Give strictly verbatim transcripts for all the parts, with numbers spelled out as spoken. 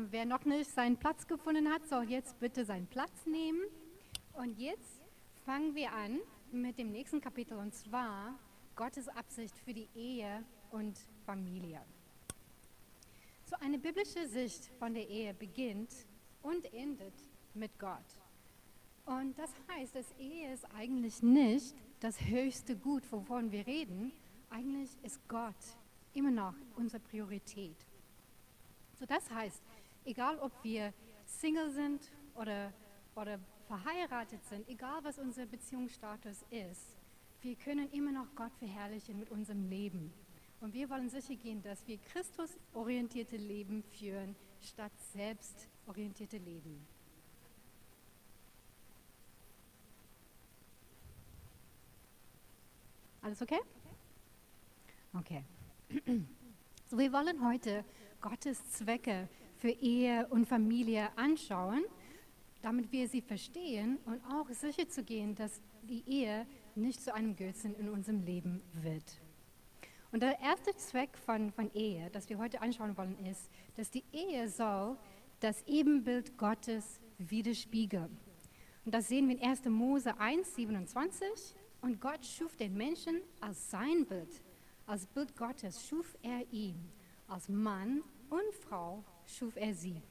wer noch nicht seinen Platz gefunden hat, soll jetzt bitte seinen Platz nehmen. Und jetzt fangen wir an mit dem nächsten Kapitel, und zwar Gottes Absicht für die Ehe und Familie. So eine biblische Sicht von der Ehe beginnt und endet mit Gott. Und das heißt, dass Ehe ist eigentlich nicht das höchste Gut, wovon wir reden. Eigentlich ist Gott immer noch unsere Priorität. So, das heißt, egal ob wir Single sind oder, oder verheiratet sind, egal was unser Beziehungsstatus ist, wir können immer noch Gott verherrlichen mit unserem Leben. Und wir wollen sicher gehen, dass wir Christus-orientierte Leben führen, statt selbstorientierte Leben. Alles okay? Okay. So, wir wollen heute Gottes Zwecke für Ehe und Familie anschauen, damit wir sie verstehen und auch sicher zu gehen, dass die Ehe nicht zu einem Götzen in unserem Leben wird. Und der erste Zweck von, von Ehe, das wir heute anschauen wollen, ist, dass die Ehe soll das Ebenbild Gottes widerspiegeln. Und das sehen wir in erster Mose eins, siebenundzwanzig. Und Gott schuf den Menschen als sein Bild. Als Bild Gottes schuf er ihn. Als Mann und Frau schuf er sie.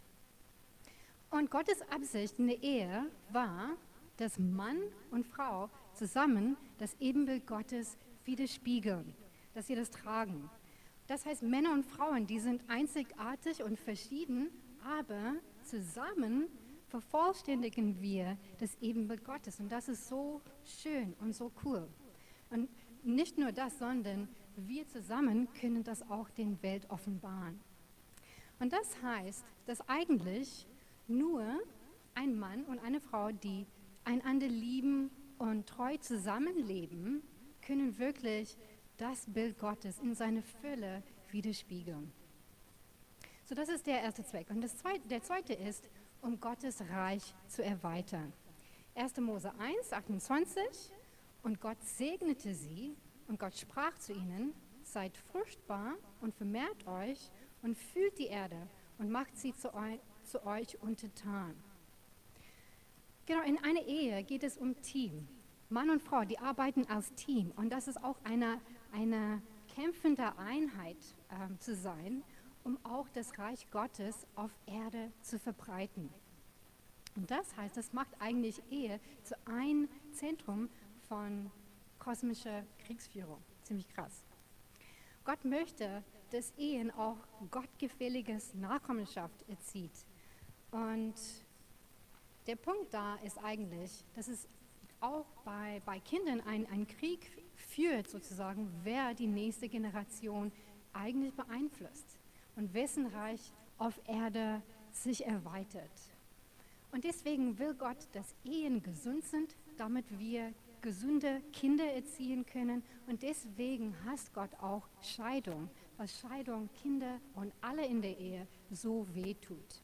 Und Gottes Absicht in der Ehe war, dass Mann und Frau zusammen das Ebenbild Gottes widerspiegeln, dass sie das tragen. Das heißt, Männer und Frauen, die sind einzigartig und verschieden, aber zusammen vervollständigen wir das Ebenbild Gottes. Und das ist so schön und so cool. Und nicht nur das, sondern wir zusammen können das auch den Welt offenbaren. Und das heißt, dass eigentlich nur ein Mann und eine Frau, die einander lieben und treu zusammenleben, können wirklich das Bild Gottes in seiner Fülle widerspiegeln. So, das ist der erste Zweck. Und das zweite, der zweite ist, um Gottes Reich zu erweitern. erster Mose eins, achtundzwanzig. Und Gott segnete sie und Gott sprach zu ihnen: Seid fruchtbar und vermehrt euch und füllt die Erde und macht sie zu, eu zu euch untertan. Genau, in einer Ehe geht es um Team. Mann und Frau, die arbeiten als Team. Und das ist auch eine, eine kämpfende Einheit äh, zu sein, um auch das Reich Gottes auf Erde zu verbreiten. Und das heißt, das macht eigentlich Ehe zu einem Zentrum von kosmischer Kriegsführung. Ziemlich krass. Gott möchte, dass Ehen auch gottgefälliges Nachkommenschaft erzieht. Und der Punkt da ist eigentlich, dass es auch bei, bei Kindern einen Krieg führt, sozusagen, wer die nächste Generation eigentlich beeinflusst und wessen Reich auf Erde sich erweitert. Und deswegen will Gott, dass Ehen gesund sind, damit wir gesunde Kinder erziehen können. Und deswegen hasst Gott auch Scheidung, weil Scheidung Kinder und alle in der Ehe so wehtut.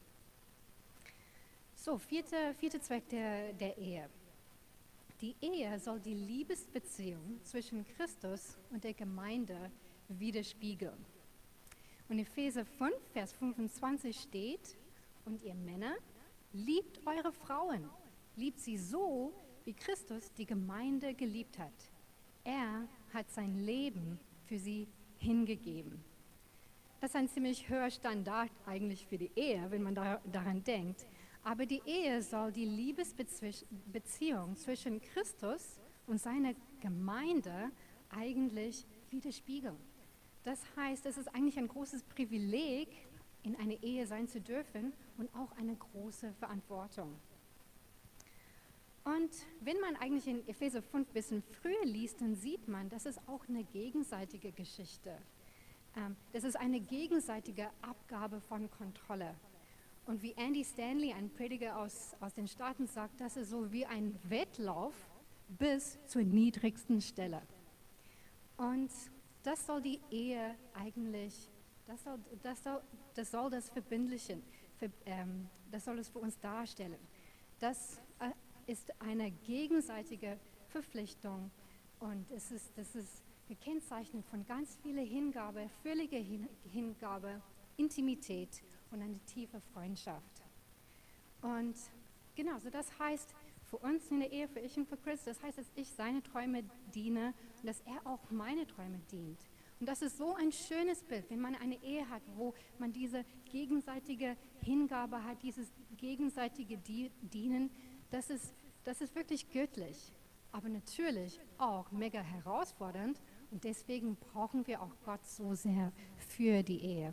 So, vierter vierte Zweck der, der Ehe. Die Ehe soll die Liebesbeziehung zwischen Christus und der Gemeinde widerspiegeln. Und in Epheser fünf, Vers fünfundzwanzig steht: Und ihr Männer, liebt eure Frauen, liebt sie so, wie Christus die Gemeinde geliebt hat. Er hat sein Leben für sie hingegeben. Das ist ein ziemlich hoher Standard eigentlich für die Ehe, wenn man da, daran denkt. Aber die Ehe soll die Liebesbeziehung zwischen Christus und seiner Gemeinde eigentlich widerspiegeln. Das heißt, es ist eigentlich ein großes Privileg, in einer Ehe sein zu dürfen und auch eine große Verantwortung. Und wenn man eigentlich in Epheser fünf ein bisschen früher liest, dann sieht man, das ist auch eine gegenseitige Geschichte. Ähm, das ist eine gegenseitige Abgabe von Kontrolle. Und wie Andy Stanley, ein Prediger aus, aus den Staaten, sagt, das ist so wie ein Wettlauf bis zur niedrigsten Stelle. Und das soll die Ehe eigentlich, das soll das, soll, das, soll das Verbindliche, für, ähm, das soll es für uns darstellen. Das äh, ist eine gegenseitige Verpflichtung und es ist, das ist gekennzeichnet von ganz vieler Hingabe, völliger Hingabe, Intimität und eine tiefe Freundschaft. Und genau, so das heißt für uns in der Ehe, für ich und für Chris, das heißt, dass ich seine Träume diene und dass er auch meine Träume dient. Und das ist so ein schönes Bild, wenn man eine Ehe hat, wo man diese gegenseitige Hingabe hat, dieses gegenseitige Dienen, das ist, das ist wirklich göttlich, aber natürlich auch mega herausfordernd und deswegen brauchen wir auch Gott so sehr für die Ehe.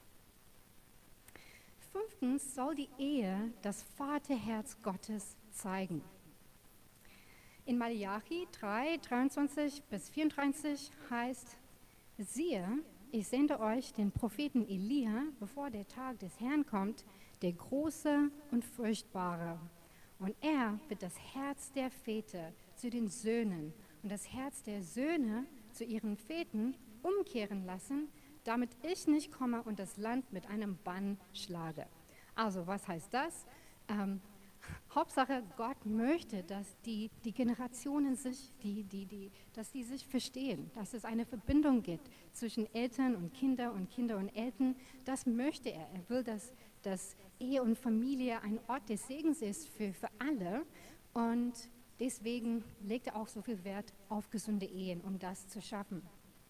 Fünftens soll die Ehe das Vaterherz Gottes zeigen. In Malachi drei, dreiundzwanzig bis vierunddreißig heißt, siehe, ich sende euch den Propheten Elia, bevor der Tag des Herrn kommt, der große und furchtbare. Und er wird das Herz der Väter zu den Söhnen und das Herz der Söhne zu ihren Vätern umkehren lassen, damit ich nicht komme und das Land mit einem Bann schlage. Also, was heißt das? Ähm, Hauptsache, Gott möchte, dass die, die Generationen sich, die, die, die, dass die sich verstehen, dass es eine Verbindung gibt zwischen Eltern und Kinder und Kinder und Eltern. Das möchte er. Er will, dass, dass Ehe und Familie ein Ort des Segens ist für, für alle. Und deswegen legt er auch so viel Wert auf gesunde Ehen, um das zu schaffen.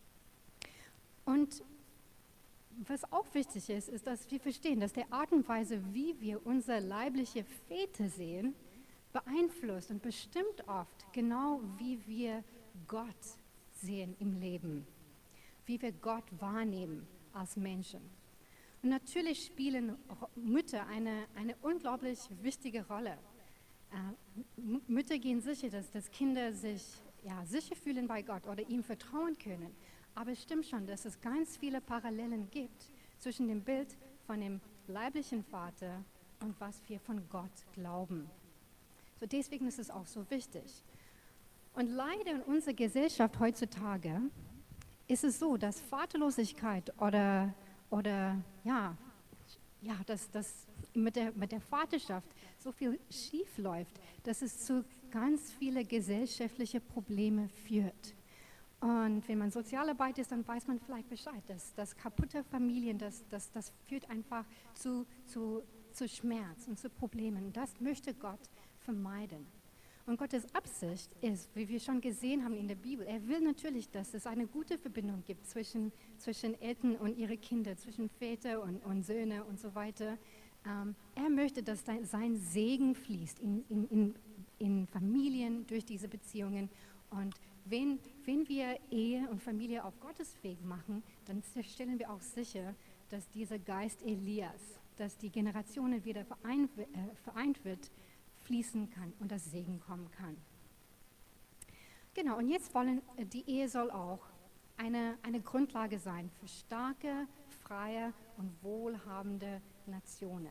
Und was auch wichtig ist, ist, dass wir verstehen, dass der Art und Weise, wie wir unsere leibliche Väter sehen, beeinflusst und bestimmt oft genau, wie wir Gott sehen im Leben, wie wir Gott wahrnehmen als Menschen. Und natürlich spielen Mütter eine, eine unglaublich wichtige Rolle. Äh, Mütter gehen sicher, dass, dass Kinder sich ja, sicher fühlen bei Gott oder ihm vertrauen können. Aber es stimmt schon, dass es ganz viele Parallelen gibt zwischen dem Bild von dem leiblichen Vater und was wir von Gott glauben. So deswegen ist es auch so wichtig. Und leider in unserer Gesellschaft heutzutage ist es so, dass Vaterlosigkeit oder, oder ja, ja, dass, dass mit, der, mit der Vaterschaft so viel schief läuft, dass es zu ganz viele gesellschaftliche Probleme führt. Und wenn man Sozialarbeit ist, dann weiß man vielleicht Bescheid, dass, dass kaputte Familien, das, das, das führt einfach zu, zu, zu Schmerz und zu Problemen. Das möchte Gott vermeiden. Und Gottes Absicht ist, wie wir schon gesehen haben in der Bibel, er will natürlich, dass es eine gute Verbindung gibt zwischen, zwischen Eltern und ihre Kinder, zwischen Väter und, und Söhne und so weiter. Ähm, er möchte, dass sein Segen fließt in, in, in, in Familien durch diese Beziehungen. Und wenn, wenn wir Ehe und Familie auf Gottes Weg machen, dann stellen wir auch sicher, dass dieser Geist Elias, dass die Generationen wieder vereint, äh, vereint wird, fließen kann und das Segen kommen kann. Genau, und jetzt wollen, die Ehe soll auch eine, eine Grundlage sein für starke, freie und wohlhabende Nationen.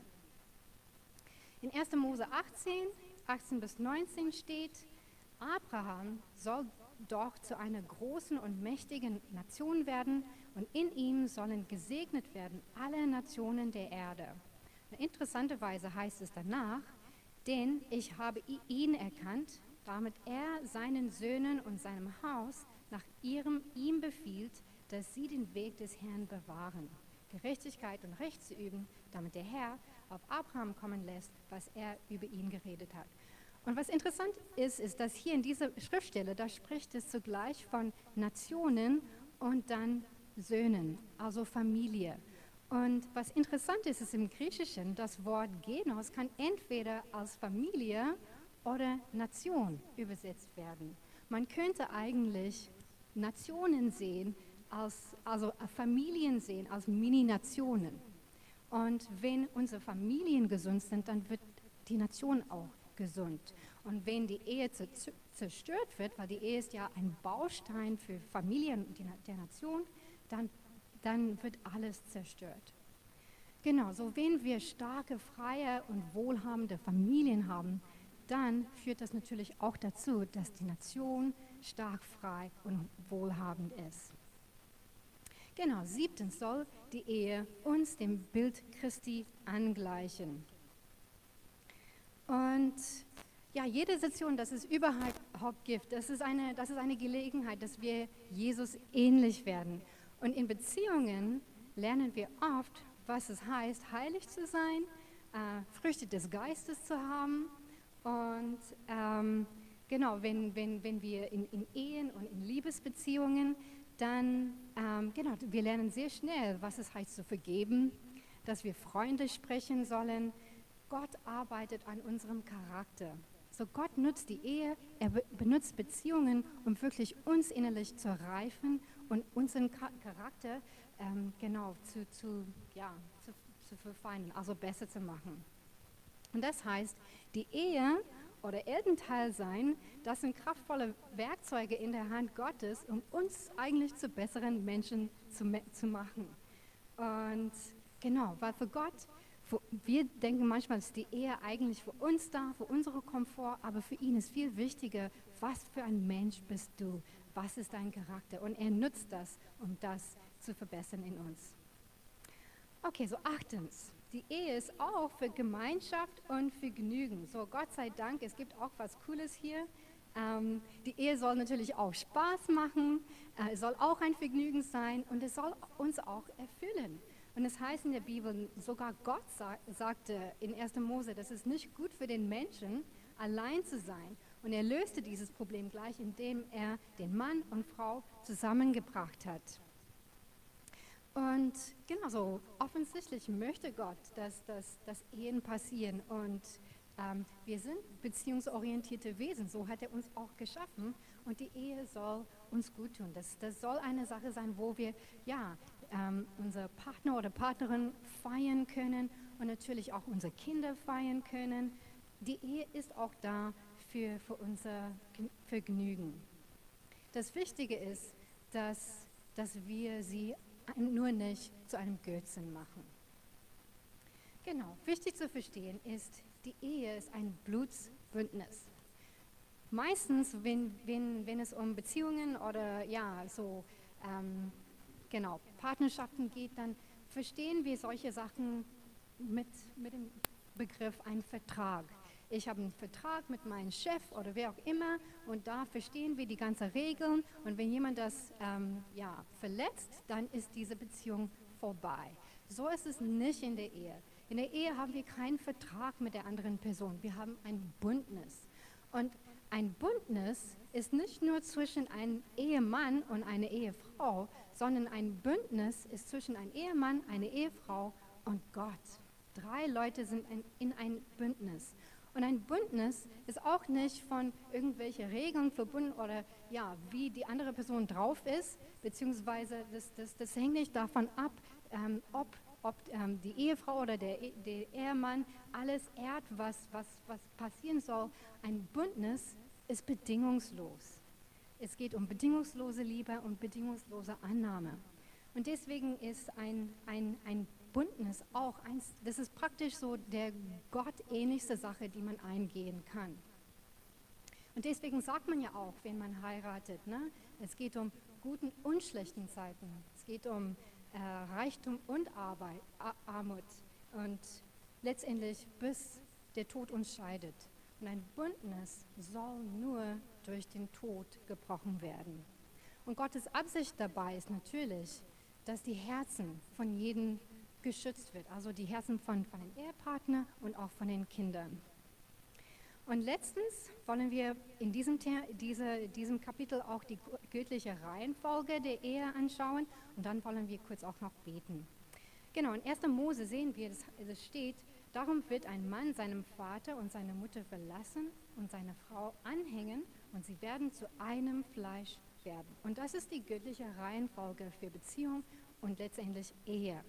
In erster Mose achtzehn, achtzehn bis neunzehn steht, Abraham soll doch zu einer großen und mächtigen Nation werden und in ihm sollen gesegnet werden alle Nationen der Erde. Interessanterweise heißt es danach, denn ich habe ihn erkannt, damit er seinen Söhnen und seinem Haus nach ihrem ihm befiehlt, dass sie den Weg des Herrn bewahren, Gerechtigkeit und Recht zu üben, damit der Herr auf Abraham kommen lässt, was er über ihn geredet hat. Und was interessant ist, ist, dass hier in dieser Schriftstelle, da spricht es zugleich von Nationen und dann Söhnen, also Familie. Und was interessant ist, ist im Griechischen, das Wort Genos kann entweder als Familie oder Nation übersetzt werden. Man könnte eigentlich Nationen sehen, als, also Familien sehen, als Mini-Nationen. Und wenn unsere Familien gesund sind, dann wird die Nation auch gesund. Und wenn die Ehe zerstört wird, weil die Ehe ist ja ein Baustein für Familien und der Nation, dann, dann wird alles zerstört. Genau, so wenn wir starke, freie und wohlhabende Familien haben, dann führt das natürlich auch dazu, dass die Nation stark, frei und wohlhabend ist. Genau, siebtens soll die Ehe uns dem Bild Christi angleichen. Und ja, jede Situation, das es überhaupt gibt, das ist, eine, das ist eine Gelegenheit, dass wir Jesus ähnlich werden. Und in Beziehungen lernen wir oft, was es heißt, heilig zu sein, äh, Früchte des Geistes zu haben. Und ähm, genau, wenn, wenn, wenn wir in, in Ehen und in Liebesbeziehungen, dann, ähm, genau, wir lernen sehr schnell, was es heißt zu vergeben, dass wir freundlich sprechen sollen. Gott arbeitet an unserem Charakter. So Gott nutzt die Ehe, er be benutzt Beziehungen, um wirklich uns innerlich zu reifen und unseren Ka Charakter ähm, genau zu, zu, ja, zu, zu verfeinern, also besser zu machen. Und das heißt, die Ehe oder Elternteil sein, das sind kraftvolle Werkzeuge in der Hand Gottes, um uns eigentlich zu besseren Menschen zu, zu machen. Und genau, weil für Gott, für, wir denken manchmal, ist die Ehe eigentlich für uns da, für unseren Komfort, aber für ihn ist viel wichtiger, was für ein Mensch bist du, was ist dein Charakter. Und er nutzt das, um das zu verbessern in uns. Okay, so achtens. Die Ehe ist auch für Gemeinschaft und für Genügen. So, Gott sei Dank, es gibt auch was Cooles hier. Ähm, die Ehe soll natürlich auch Spaß machen, äh, es soll auch ein Vergnügen sein und es soll uns auch erfüllen. Und es heißt in der Bibel, sogar Gott sa sagte in erster Mose, dass es nicht gut für den Menschen, allein zu sein. Und er löste dieses Problem gleich, indem er den Mann und Frau zusammengebracht hat. Und genau so, offensichtlich möchte Gott, dass, dass, dass Ehen passieren und ähm, wir sind beziehungsorientierte Wesen, so hat er uns auch geschaffen und die Ehe soll uns gut tun. Das, das soll eine Sache sein, wo wir ja, ähm, unsere Partner oder Partnerin feiern können und natürlich auch unsere Kinder feiern können. Die Ehe ist auch da für, für unser Vergnügen. Das Wichtige ist, dass, dass wir sie nur nicht zu einem Götzen machen. Genau, wichtig zu verstehen ist, die Ehe ist ein Blutsbündnis. Meistens, wenn, wenn, wenn es um Beziehungen oder ja, so, ähm, genau, Partnerschaften geht, dann verstehen wir solche Sachen mit, mit dem Begriff ein Vertrag. Ich habe einen Vertrag mit meinem Chef oder wer auch immer und da verstehen wir die ganzen Regeln und wenn jemand das ähm, ja, verletzt, dann ist diese Beziehung vorbei. So ist es nicht in der Ehe. In der Ehe haben wir keinen Vertrag mit der anderen Person, wir haben ein Bündnis. Und ein Bündnis ist nicht nur zwischen einem Ehemann und einer Ehefrau, sondern ein Bündnis ist zwischen einem Ehemann, einer Ehefrau und Gott. Drei Leute sind ein, in ein Bündnis. Und ein Bündnis ist auch nicht von irgendwelchen Regeln verbunden oder ja, wie die andere Person drauf ist, beziehungsweise das, das, das hängt nicht davon ab, ähm, ob, ob ähm, die Ehefrau oder der, der Ehemann alles ehrt, was, was, was passieren soll. Ein Bündnis ist bedingungslos. Es geht um bedingungslose Liebe und bedingungslose Annahme. Und deswegen ist ein, ein, ein Bündnis auch eins, das ist praktisch so der gottähnlichste Sache, die man eingehen kann. Und deswegen sagt man ja auch, wenn man heiratet, ne? Es geht um guten und schlechten Zeiten. Es geht um äh, Reichtum und Arbeit, Armut und letztendlich bis der Tod uns scheidet. Und ein Bündnis soll nur durch den Tod gebrochen werden. Und Gottes Absicht dabei ist natürlich, dass die Herzen von jedem geschützt wird, also die Herzen von, von den Ehepartnern und auch von den Kindern. Und letztens wollen wir in diesem, diese, diesem Kapitel auch die göttliche Reihenfolge der Ehe anschauen und dann wollen wir kurz auch noch beten. Genau, in erster Mose sehen wir, es steht, darum wird ein Mann seinem Vater und seine Mutter verlassen und seine Frau anhängen und sie werden zu einem Fleisch werden. Und das ist die göttliche Reihenfolge für Beziehung und letztendlich Ehe.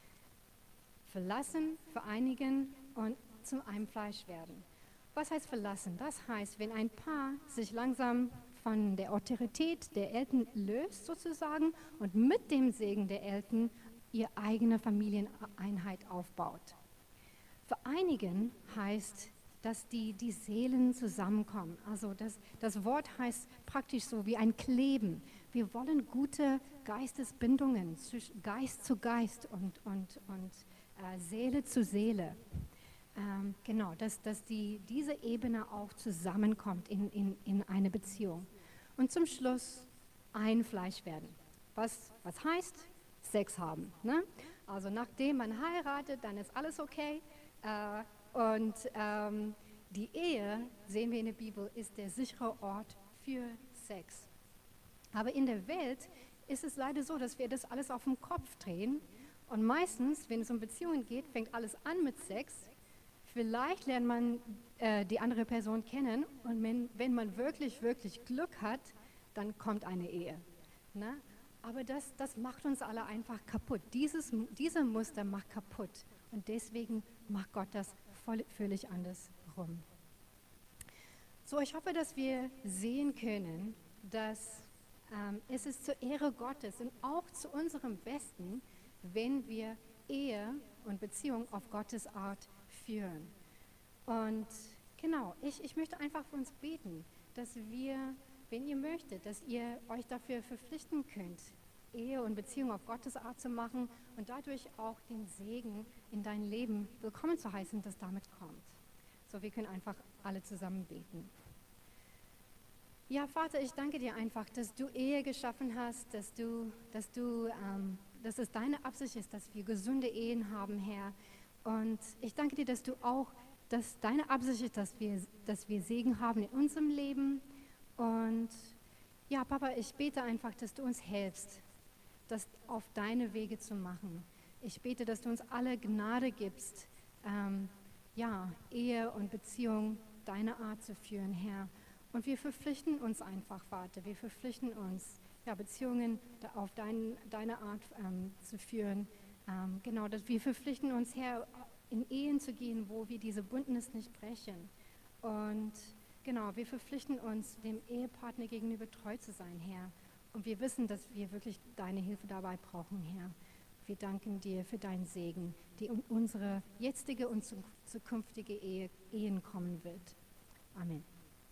Verlassen, vereinigen und zu einem Fleisch werden. Was heißt verlassen? Das heißt, wenn ein Paar sich langsam von der Autorität der Eltern löst sozusagen und mit dem Segen der Eltern ihre eigene Familieneinheit aufbaut. Vereinigen heißt, dass die, die Seelen zusammenkommen. Also das, das Wort heißt praktisch so wie ein Kleben. Wir wollen gute Geistesbindungen, zwischen Geist zu Geist und, und, und äh, Seele zu Seele. Ähm, genau, dass, dass die, diese Ebene auch zusammenkommt in, in, in eine Beziehung. Und zum Schluss ein Fleisch werden. Was, was heißt? Sex haben. Ne? Also nachdem man heiratet, dann ist alles okay. Äh, und ähm, die Ehe, sehen wir in der Bibel, ist der sichere Ort für Sex. Aber in der Welt ist es leider so, dass wir das alles auf den Kopf drehen. Und meistens, wenn es um Beziehungen geht, fängt alles an mit Sex. Vielleicht lernt man äh, die andere Person kennen und wenn, wenn man wirklich, wirklich Glück hat, dann kommt eine Ehe. Ne? Aber das, das macht uns alle einfach kaputt. Dieses, diese Muster macht kaputt. Und deswegen macht Gott das voll, völlig anders rum. So, ich hoffe, dass wir sehen können, dass ähm, es ist zur Ehre Gottes und auch zu unserem Besten, wenn wir Ehe und Beziehung auf Gottes Art führen. Und genau, ich, ich möchte einfach für uns beten, dass wir, wenn ihr möchtet, dass ihr euch dafür verpflichten könnt, Ehe und Beziehung auf Gottes Art zu machen und dadurch auch den Segen in dein Leben willkommen zu heißen, das damit kommt. So, wir können einfach alle zusammen beten. Ja, Vater, ich danke dir einfach, dass du Ehe geschaffen hast, dass du, dass du, ähm, dass es deine Absicht ist, dass wir gesunde Ehen haben, Herr. Und ich danke dir, dass du auch, dass deine Absicht ist, dass wir, dass wir Segen haben in unserem Leben. Und ja, Papa, ich bete einfach, dass du uns hilfst, das auf deine Wege zu machen. Ich bete, dass du uns alle Gnade gibst, ähm, ja, Ehe und Beziehung deine Art zu führen, Herr. Und wir verpflichten uns einfach, Vater, wir verpflichten uns, ja, Beziehungen auf dein, deine Art ähm, zu führen. Ähm, genau, dass wir verpflichten uns, Herr, in Ehen zu gehen, wo wir diese Bündnis nicht brechen. Und genau, wir verpflichten uns, dem Ehepartner gegenüber treu zu sein, Herr. Und wir wissen, dass wir wirklich deine Hilfe dabei brauchen, Herr. Wir danken dir für deinen Segen, die um unsere jetzige und zukünftige Ehe, Ehen kommen wird. Amen.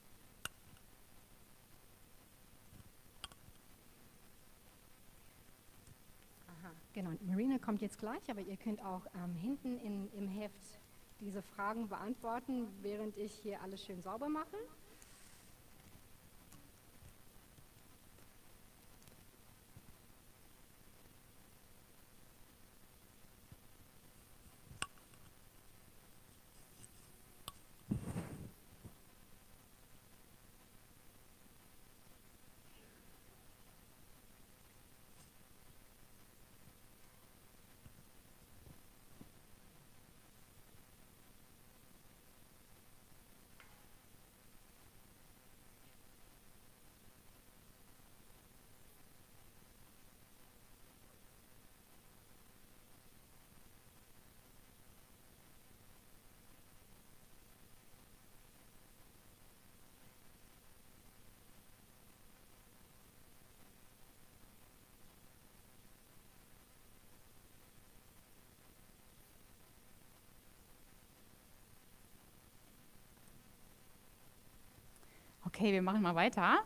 Genau, Marina kommt jetzt gleich, aber ihr könnt auch ähm, hinten in, im Heft diese Fragen beantworten, während ich hier alles schön sauber mache. Okay, wir machen mal weiter.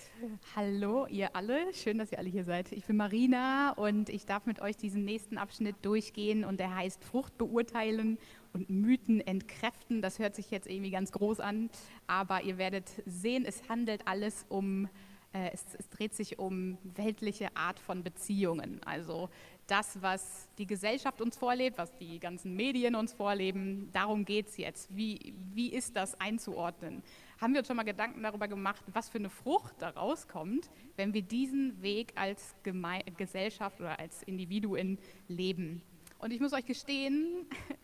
Hallo, ihr alle. Schön, dass ihr alle hier seid. Ich bin Marina und ich darf mit euch diesen nächsten Abschnitt durchgehen und der heißt Frucht beurteilen und Mythen entkräften. Das hört sich jetzt irgendwie ganz groß an, aber ihr werdet sehen, es handelt alles um, äh, es, es dreht sich um weltliche Art von Beziehungen. Also das, was die Gesellschaft uns vorlebt, was die ganzen Medien uns vorleben, darum geht es jetzt. Wie, wie ist das einzuordnen? Haben wir uns schon mal Gedanken darüber gemacht, was für eine Frucht da rauskommt, wenn wir diesen Weg als Geme- Gesellschaft oder als Individuen leben? Und ich muss euch gestehen,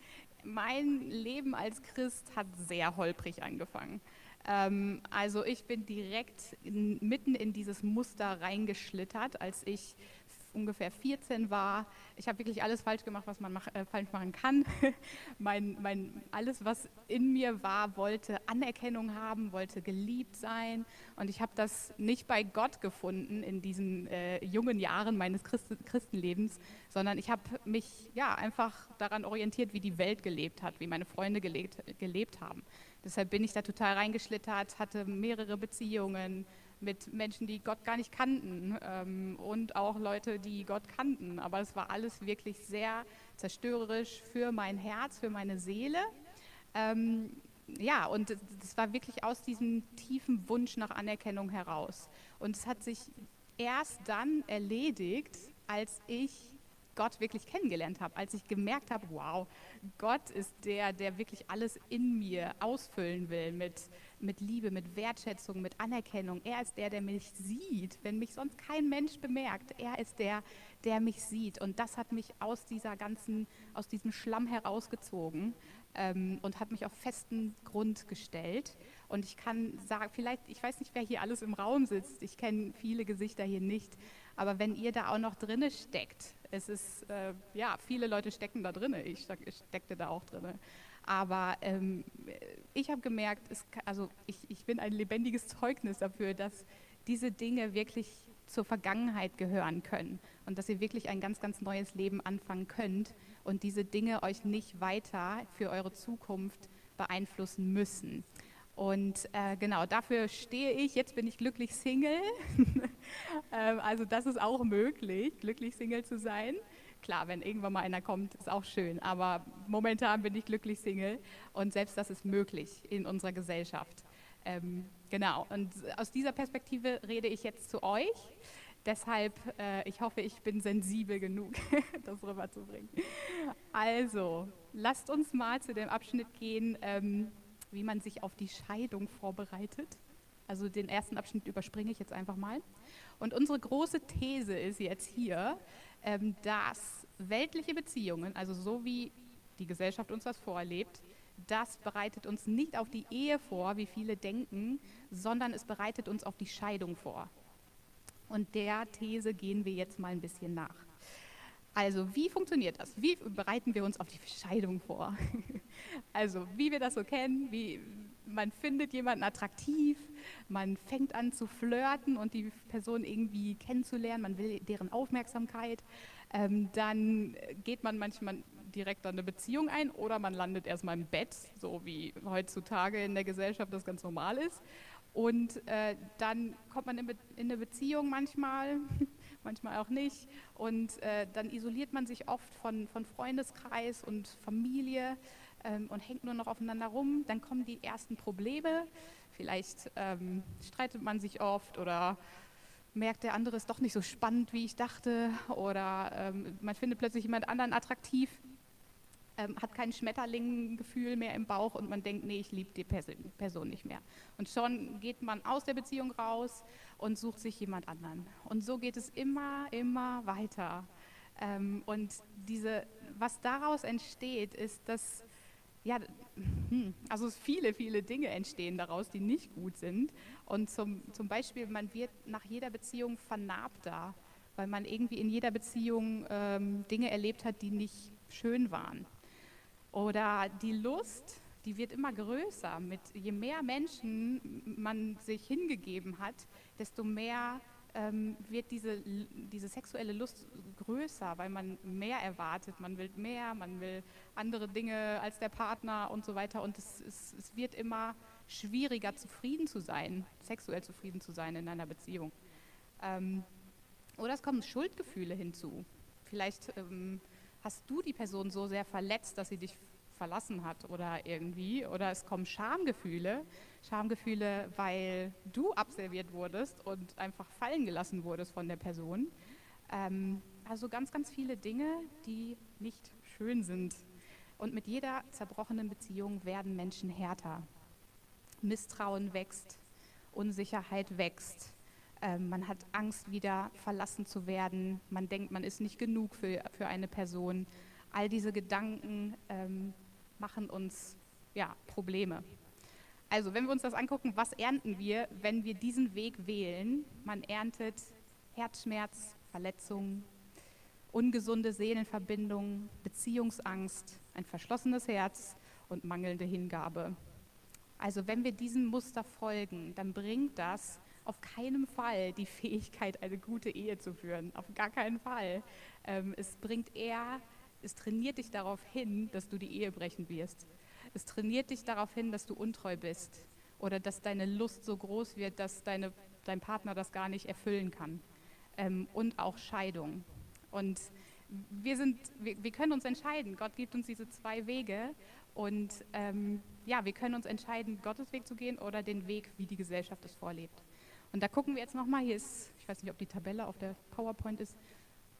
mein Leben als Christ hat sehr holprig angefangen. Ähm, also ich bin direkt in, mitten in dieses Muster reingeschlittert, als ich ungefähr vierzehn war. Ich habe wirklich alles falsch gemacht, was man mach, äh, falsch machen kann. mein, mein, alles, was in mir war, wollte Anerkennung haben, wollte geliebt sein. Und ich habe das nicht bei Gott gefunden in diesen äh, jungen Jahren meines Christ Christenlebens, sondern ich habe mich ja einfach daran orientiert, wie die Welt gelebt hat, wie meine Freunde gelebt, gelebt haben. Deshalb bin ich da total reingeschlittert, hatte mehrere Beziehungen mit Menschen, die Gott gar nicht kannten ähm, und auch Leute, die Gott kannten. Aber es war alles wirklich sehr zerstörerisch für mein Herz, für meine Seele. Ähm, ja, und das war wirklich aus diesem tiefen Wunsch nach Anerkennung heraus. Und es hat sich erst dann erledigt, als ich Gott wirklich kennengelernt habe, als ich gemerkt habe, wow, Gott ist der, der wirklich alles in mir ausfüllen will mit, mit Liebe, mit Wertschätzung, mit Anerkennung. Er ist der, der mich sieht, wenn mich sonst kein Mensch bemerkt. Er ist der, der mich sieht. Und das hat mich aus dieser ganzen, aus diesem Schlamm herausgezogen ähm, und hat mich auf festen Grund gestellt. Und ich kann sagen, vielleicht, ich weiß nicht, wer hier alles im Raum sitzt, ich kenne viele Gesichter hier nicht, aber wenn ihr da auch noch drinne steckt, es ist, äh, ja, viele Leute stecken da drinne, ich, steck, ich steckte da auch drinne, aber ähm, ich habe gemerkt, es, also ich, ich bin ein lebendiges Zeugnis dafür, dass diese Dinge wirklich zur Vergangenheit gehören können und dass ihr wirklich ein ganz, ganz neues Leben anfangen könnt und diese Dinge euch nicht weiter für eure Zukunft beeinflussen müssen. Und äh, genau, dafür stehe ich. Jetzt bin ich glücklich Single. ähm, also das ist auch möglich, glücklich Single zu sein. Klar, wenn irgendwann mal einer kommt, ist auch schön. Aber momentan bin ich glücklich Single. Und selbst das ist möglich in unserer Gesellschaft. Ähm, genau, und aus dieser Perspektive rede ich jetzt zu euch. Deshalb, äh, ich hoffe, ich bin sensibel genug, das rüberzubringen. Also, lasst uns mal zu dem Abschnitt gehen, ähm, wie man sich auf die Scheidung vorbereitet. Also den ersten Abschnitt überspringe ich jetzt einfach mal. Und unsere große These ist jetzt hier, ähm, dass weltliche Beziehungen, also so wie die Gesellschaft uns das vorlebt, das bereitet uns nicht auf die Ehe vor, wie viele denken, sondern es bereitet uns auf die Scheidung vor. Und der These gehen wir jetzt mal ein bisschen nach. Also, wie funktioniert das? Wie bereiten wir uns auf die Scheidung vor? Also, wie wir das so kennen, wie man findet jemanden attraktiv, man fängt an zu flirten und die Person irgendwie kennenzulernen, man will deren Aufmerksamkeit, ähm, dann geht man manchmal direkt an eine Beziehung ein oder man landet erstmal im Bett, so wie heutzutage in der Gesellschaft das ganz normal ist. Und äh, dann kommt man in, Be in eine Beziehung manchmal, manchmal auch nicht. Und äh, dann isoliert man sich oft von, von Freundeskreis und Familie ähm, und hängt nur noch aufeinander rum. Dann kommen die ersten Probleme. Vielleicht ähm, streitet man sich oft oder merkt, der andere ist doch nicht so spannend, wie ich dachte. Oder ähm, man findet plötzlich jemand anderen attraktiv. Ähm, hat kein Schmetterlinggefühl mehr im Bauch und man denkt, nee, ich liebe die Person, Person nicht mehr. Und schon geht man aus der Beziehung raus und sucht sich jemand anderen. Und so geht es immer, immer weiter. Ähm, und diese, was daraus entsteht, ist, dass, ja, hm, also viele, viele Dinge entstehen daraus, die nicht gut sind. Und zum, zum Beispiel, man wird nach jeder Beziehung vernarbter, weil man irgendwie in jeder Beziehung ähm, Dinge erlebt hat, die nicht schön waren. Oder die Lust, die wird immer größer. Mit, je mehr Menschen man sich hingegeben hat, desto mehr ähm, wird diese, diese sexuelle Lust größer, weil man mehr erwartet, man will mehr, man will andere Dinge als der Partner und so weiter. Und es, es, es wird immer schwieriger, zufrieden zu sein, sexuell zufrieden zu sein in einer Beziehung. Ähm, oder es kommen Schuldgefühle hinzu. Vielleicht ähm, hast du die Person so sehr verletzt, dass sie dich verlassen hat oder irgendwie, oder es kommen Schamgefühle, Schamgefühle, weil du abserviert wurdest und einfach fallen gelassen wurdest von der Person. Ähm, also ganz, ganz viele Dinge, die nicht schön sind. Und mit jeder zerbrochenen Beziehung werden Menschen härter. Misstrauen wächst, Unsicherheit wächst. Ähm, man hat Angst, wieder verlassen zu werden. Man denkt, man ist nicht genug für, für eine Person. All diese Gedanken ähm, machen uns ja, Probleme. Also, wenn wir uns das angucken, was ernten wir, wenn wir diesen Weg wählen? Man erntet Herzschmerz, Verletzungen, ungesunde Seelenverbindungen, Beziehungsangst, ein verschlossenes Herz und mangelnde Hingabe. Also, wenn wir diesem Muster folgen, dann bringt das auf keinen Fall die Fähigkeit, eine gute Ehe zu führen. Auf gar keinen Fall. Ähm, es bringt eher, es trainiert dich darauf hin, dass du die Ehe brechen wirst. Es trainiert dich darauf hin, dass du untreu bist oder dass deine Lust so groß wird, dass deine, dein Partner das gar nicht erfüllen kann. Ähm, und auch Scheidung. Und wir, sind, wir, wir können uns entscheiden. Gott gibt uns diese zwei Wege. Und ähm, ja, wir können uns entscheiden, Gottes Weg zu gehen oder den Weg, wie die Gesellschaft es vorlebt. Und da gucken wir jetzt nochmal, hier ist, ich weiß nicht, ob die Tabelle auf der PowerPoint ist,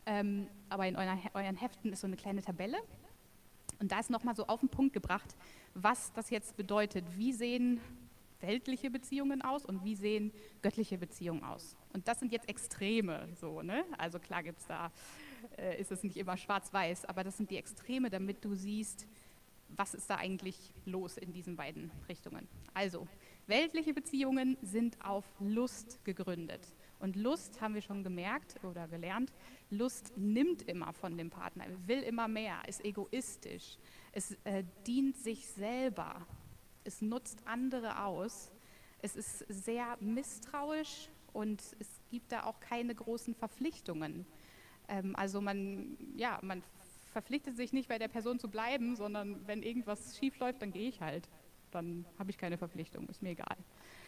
Ähm, aber in euren, euren Heften ist so eine kleine Tabelle. Und da ist nochmal so auf den Punkt gebracht, was das jetzt bedeutet. Wie sehen weltliche Beziehungen aus und wie sehen göttliche Beziehungen aus? Und das sind jetzt Extreme, so, ne? Also klar gibt's da, äh, ist es nicht immer schwarz-weiß, aber das sind die Extreme, damit du siehst, was ist da eigentlich los in diesen beiden Richtungen. Also, weltliche Beziehungen sind auf Lust gegründet. Und Lust, haben wir schon gemerkt oder gelernt, Lust nimmt immer von dem Partner, will immer mehr, ist egoistisch, es äh, dient sich selber, es nutzt andere aus, es ist sehr misstrauisch und es gibt da auch keine großen Verpflichtungen. Ähm, also man, ja, man verpflichtet sich nicht, bei der Person zu bleiben, sondern wenn irgendwas schief läuft, dann gehe ich halt. Dann habe ich keine Verpflichtung, ist mir egal.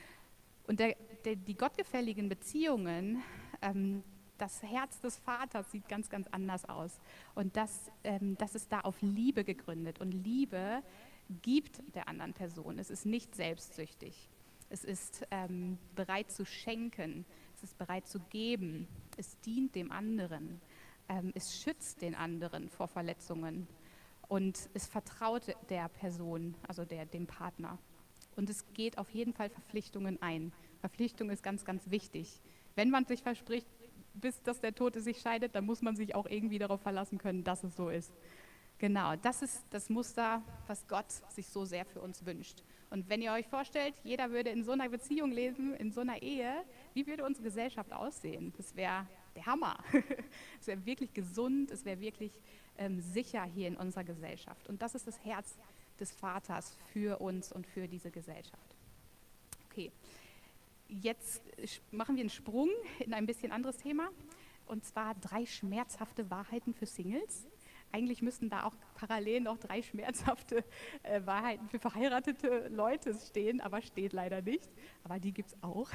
Und der, der, die gottgefälligen Beziehungen, ähm, das Herz des Vaters sieht ganz, ganz anders aus. Und das, ähm, das ist da auf Liebe gegründet. Und Liebe gibt der anderen Person. Es ist nicht selbstsüchtig. Es ist ähm, bereit zu schenken. Es ist bereit zu geben. Es dient dem anderen. Ähm, es schützt den anderen vor Verletzungen. Und es vertraut der Person, also der, dem Partner. Und es geht auf jeden Fall Verpflichtungen ein. Verpflichtung ist ganz, ganz wichtig. Wenn man sich verspricht, bis dass der Tote sich scheidet, dann muss man sich auch irgendwie darauf verlassen können, dass es so ist. Genau, das ist das Muster, was Gott sich so sehr für uns wünscht. Und wenn ihr euch vorstellt, jeder würde in so einer Beziehung leben, in so einer Ehe, wie würde unsere Gesellschaft aussehen? Das wäre der Hammer. Es wäre wirklich gesund, es wäre wirklich ähm, sicher hier in unserer Gesellschaft. Und das ist das Herz des Vaters für uns und für diese Gesellschaft. Okay, jetzt machen wir einen Sprung in ein bisschen anderes Thema, und zwar drei schmerzhafte Wahrheiten für Singles. Eigentlich müssten da auch parallel noch drei schmerzhafte äh, Wahrheiten für verheiratete Leute stehen, aber steht leider nicht. Aber die gibt es auch.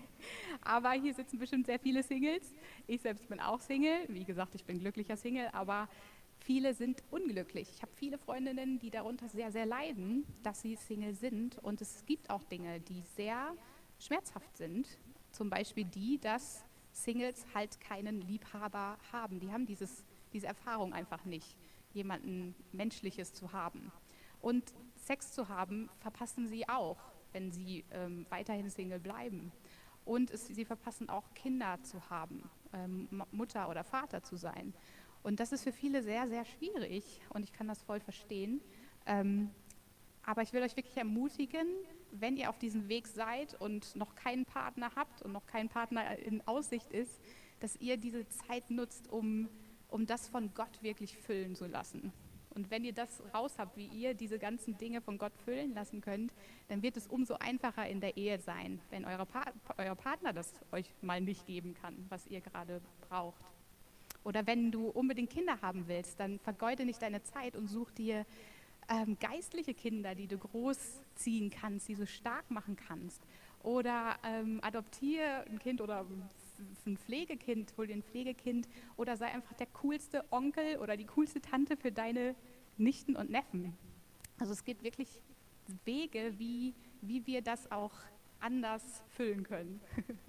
Aber hier sitzen bestimmt sehr viele Singles. Ich selbst bin auch Single. Wie gesagt, ich bin glücklicher Single, aber viele sind unglücklich. Ich habe viele Freundinnen, die darunter sehr, sehr leiden, dass sie Single sind. Und es gibt auch Dinge, die sehr schmerzhaft sind. Zum Beispiel die, dass Singles halt keinen Liebhaber haben. Die haben dieses diese Erfahrung einfach nicht, jemanden Menschliches zu haben. Und Sex zu haben, verpassen sie auch, wenn sie ähm, weiterhin Single bleiben. Und es, sie verpassen auch, Kinder zu haben, ähm, Mutter oder Vater zu sein. Und das ist für viele sehr, sehr schwierig und ich kann das voll verstehen. Ähm, aber ich will euch wirklich ermutigen, wenn ihr auf diesem Weg seid und noch keinen Partner habt und noch kein Partner in Aussicht ist, dass ihr diese Zeit nutzt, um um das von Gott wirklich füllen zu lassen. Und wenn ihr das raus habt, wie ihr diese ganzen Dinge von Gott füllen lassen könnt, dann wird es umso einfacher in der Ehe sein, wenn eure pa- euer Partner das euch mal nicht geben kann, was ihr gerade braucht. Oder wenn du unbedingt Kinder haben willst, dann vergeude nicht deine Zeit und such dir ähm, geistliche Kinder, die du großziehen kannst, die du stark machen kannst. Oder ähm, adoptiere ein Kind oder ein Pflegekind, hol dir ein Pflegekind oder sei einfach der coolste Onkel oder die coolste Tante für deine Nichten und Neffen. Also es gibt wirklich Wege, wie, wie wir das auch anders füllen können.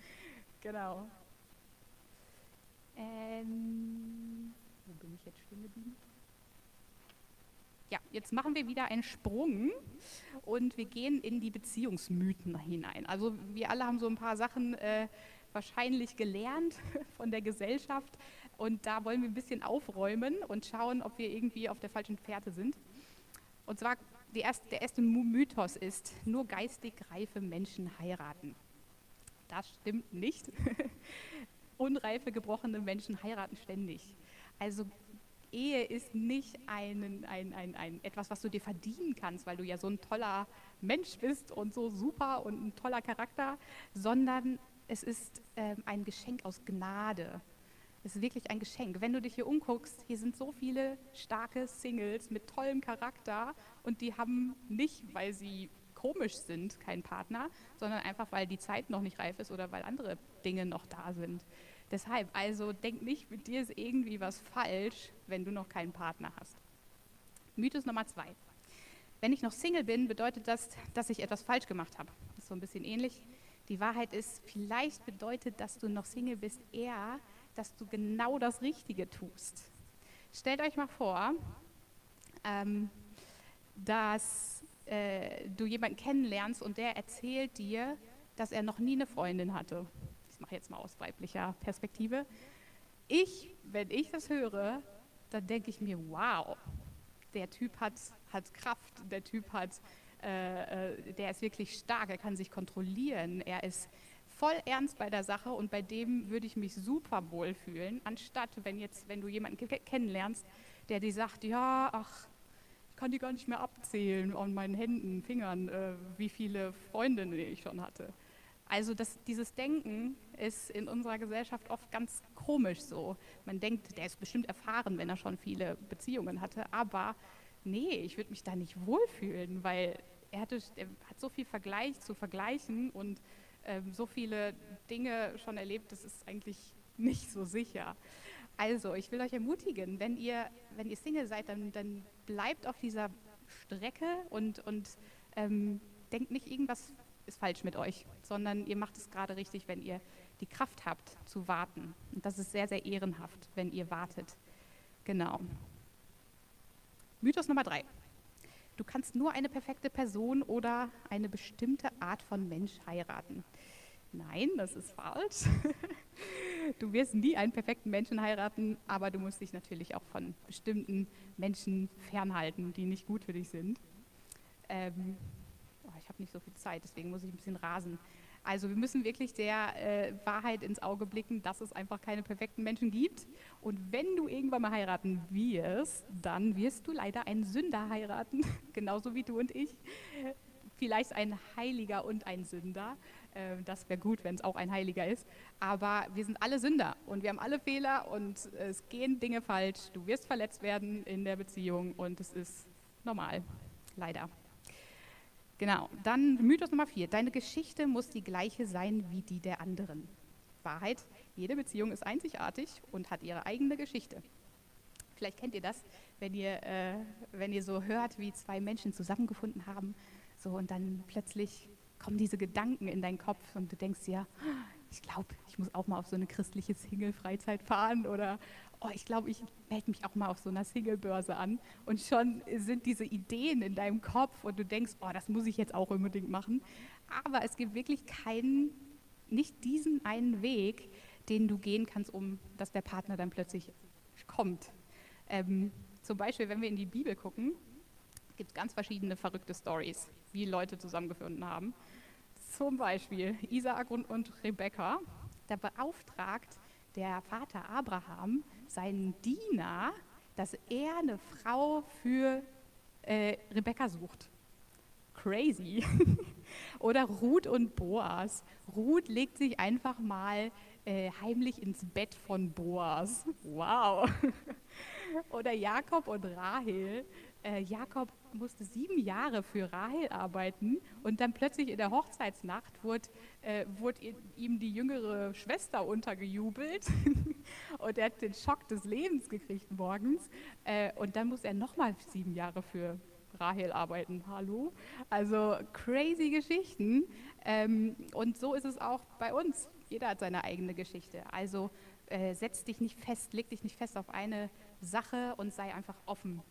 Genau. Ähm, wo bin ich jetzt stehen geblieben? Ja, jetzt machen wir wieder einen Sprung und wir gehen in die Beziehungsmythen hinein. Also wir alle haben so ein paar Sachen äh, wahrscheinlich gelernt von der Gesellschaft und da wollen wir ein bisschen aufräumen und schauen, ob wir irgendwie auf der falschen Fährte sind. Und zwar die erste, der erste Mythos ist, nur geistig reife Menschen heiraten. Das stimmt nicht. Unreife, gebrochene Menschen heiraten ständig. Also Ehe ist nicht ein, ein, ein, ein, etwas, was du dir verdienen kannst, weil du ja so ein toller Mensch bist und so super und ein toller Charakter, sondern es ist ähm, ein Geschenk aus Gnade. Es ist wirklich ein Geschenk. Wenn du dich hier umguckst, hier sind so viele starke Singles mit tollem Charakter und die haben nicht, weil sie komisch sind, keinen Partner, sondern einfach, weil die Zeit noch nicht reif ist oder weil andere Dinge noch da sind. Deshalb, also denk nicht, mit dir ist irgendwie was falsch, wenn du noch keinen Partner hast. Mythos Nummer zwei. Wenn ich noch Single bin, bedeutet das, dass ich etwas falsch gemacht habe. Das ist so ein bisschen ähnlich. Die Wahrheit ist, vielleicht bedeutet, dass du noch Single bist, eher, dass du genau das Richtige tust. Stellt euch mal vor, ähm, dass äh, du jemanden kennenlernst und der erzählt dir, dass er noch nie eine Freundin hatte. Ich mache jetzt mal aus weiblicher Perspektive. Ich, wenn ich das höre, dann denke ich mir, wow, der Typ hat, hat Kraft, der Typ hat, äh, äh, der ist wirklich stark, er kann sich kontrollieren, er ist voll ernst bei der Sache und bei dem würde ich mich super wohl fühlen, anstatt wenn jetzt, wenn du jemanden ke- kennenlernst, der dir sagt, ja, ach, ich kann die gar nicht mehr abzählen an meinen Händen, Fingern, äh, wie viele Freundinnen ich schon hatte. Also das, dieses Denken ist in unserer Gesellschaft oft ganz komisch so. Man denkt, der ist bestimmt erfahren, wenn er schon viele Beziehungen hatte, aber nee, ich würde mich da nicht wohlfühlen, weil er, hatte, er hat so viel Vergleich zu vergleichen und ähm, so viele Dinge schon erlebt, das ist eigentlich nicht so sicher. Also, ich will euch ermutigen, wenn ihr, wenn ihr Single seid, dann, dann bleibt auf dieser Strecke und, und ähm, denkt nicht, irgendwas ist falsch mit euch, sondern ihr macht es gerade richtig, wenn ihr die Kraft habt zu warten. Und das ist sehr, sehr ehrenhaft, wenn ihr wartet. Genau. Mythos Nummer drei. Du kannst nur eine perfekte Person oder eine bestimmte Art von Mensch heiraten. Nein, das ist falsch. Du wirst nie einen perfekten Menschen heiraten, aber du musst dich natürlich auch von bestimmten Menschen fernhalten, die nicht gut für dich sind. Ähm, oh, ich habe nicht so viel Zeit, deswegen muss ich ein bisschen rasen. Also wir müssen wirklich der äh, Wahrheit ins Auge blicken, dass es einfach keine perfekten Menschen gibt. Und wenn du irgendwann mal heiraten wirst, dann wirst du leider einen Sünder heiraten, genauso wie du und ich. Vielleicht ein Heiliger und ein Sünder. Äh, das wäre gut, wenn es auch ein Heiliger ist. Aber wir sind alle Sünder und wir haben alle Fehler und es gehen Dinge falsch. Du wirst verletzt werden in der Beziehung und es ist normal, leider. Genau, dann Mythos Nummer vier. Deine Geschichte muss die gleiche sein wie die der anderen. Wahrheit, jede Beziehung ist einzigartig und hat ihre eigene Geschichte. Vielleicht kennt ihr das, wenn ihr, äh, wenn ihr so hört, wie zwei Menschen zusammengefunden haben, so und dann plötzlich kommen diese Gedanken in deinen Kopf und du denkst dir, ich glaube, ich muss auch mal auf so eine christliche Single-Freizeit fahren oder oh, ich glaube, ich melde mich auch mal auf so einer Single-Börse an und schon sind diese Ideen in deinem Kopf und du denkst, oh, das muss ich jetzt auch unbedingt machen. Aber es gibt wirklich keinen, nicht diesen einen Weg, den du gehen kannst, um dass der Partner dann plötzlich kommt. Ähm, zum Beispiel, wenn wir in die Bibel gucken, gibt es ganz verschiedene verrückte Stories, wie Leute zusammengefunden haben. Zum Beispiel Isaak und, und Rebekka, da beauftragt der Vater Abraham seinen Diener, dass er eine Frau für äh, Rebekka sucht. Crazy. Oder Ruth und Boas. Ruth legt sich einfach mal äh, heimlich ins Bett von Boas. Wow. Oder Jakob und Rahel. Äh, Jakob musste sieben Jahre für Rahel arbeiten und dann plötzlich in der Hochzeitsnacht wurde, äh, wurde ihm die jüngere Schwester untergejubelt und er hat den Schock des Lebens gekriegt morgens äh, und dann muss er nochmal sieben Jahre für Rahel arbeiten. Hallo? Also crazy Geschichten ähm, und so ist es auch bei uns. Jeder hat seine eigene Geschichte. Also äh, setz dich nicht fest, leg dich nicht fest auf eine Sache und sei einfach offen.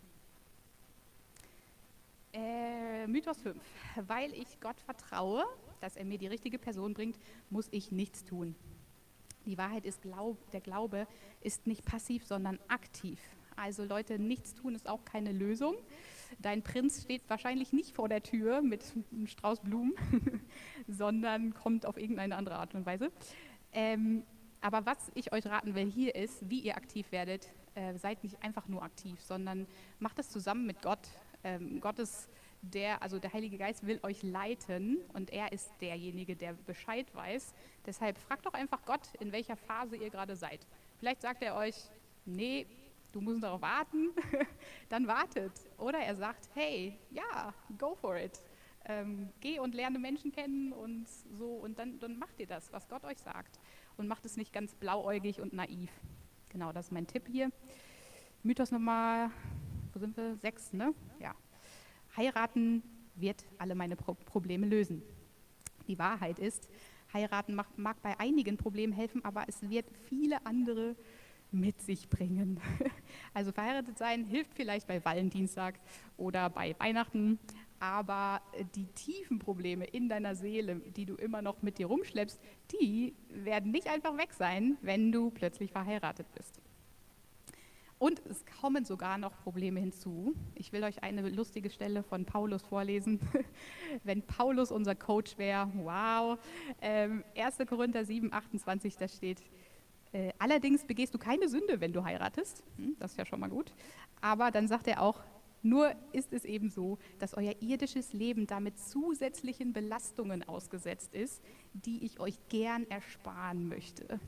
Äh, Mythos fünf. Weil ich Gott vertraue, dass er mir die richtige Person bringt, muss ich nichts tun. Die Wahrheit ist, glaub, der Glaube ist nicht passiv, sondern aktiv. Also Leute, nichts tun ist auch keine Lösung. Dein Prinz steht wahrscheinlich nicht vor der Tür mit einem Strauß Blumen, sondern kommt auf irgendeine andere Art und Weise. Ähm, aber was ich euch raten will hier ist, wie ihr aktiv werdet. Äh, seid nicht einfach nur aktiv, sondern macht es zusammen mit Gott. Ähm, Gott ist der, also der Heilige Geist will euch leiten und er ist derjenige, der Bescheid weiß. Deshalb fragt doch einfach Gott, in welcher Phase ihr gerade seid. Vielleicht sagt er euch, nee, du musst darauf warten, dann wartet. Oder er sagt, hey, ja, go for it. Ähm, geh und lerne Menschen kennen und so und dann, dann macht ihr das, was Gott euch sagt. Und macht es nicht ganz blauäugig und naiv. Genau, das ist mein Tipp hier. Mythos Nummer, wo sind wir? Sechs, ne? Ja. Heiraten wird alle meine Pro- Probleme lösen. Die Wahrheit ist, Heiraten mag, mag bei einigen Problemen helfen, aber es wird viele andere mit sich bringen. Also verheiratet sein hilft vielleicht bei Valentinstag oder bei Weihnachten, aber die tiefen Probleme in deiner Seele, die du immer noch mit dir rumschleppst, die werden nicht einfach weg sein, wenn du plötzlich verheiratet bist. Und es kommen sogar noch Probleme hinzu. Ich will euch eine lustige Stelle von Paulus vorlesen. Wenn Paulus unser Coach wäre, wow. Ähm, erster Korinther sieben, achtundzwanzig, da steht, äh, allerdings begehst du keine Sünde, wenn du heiratest. Hm, das ist ja schon mal gut. Aber dann sagt er auch, nur ist es eben so, dass euer irdisches Leben damit zusätzlichen Belastungen ausgesetzt ist, die ich euch gern ersparen möchte.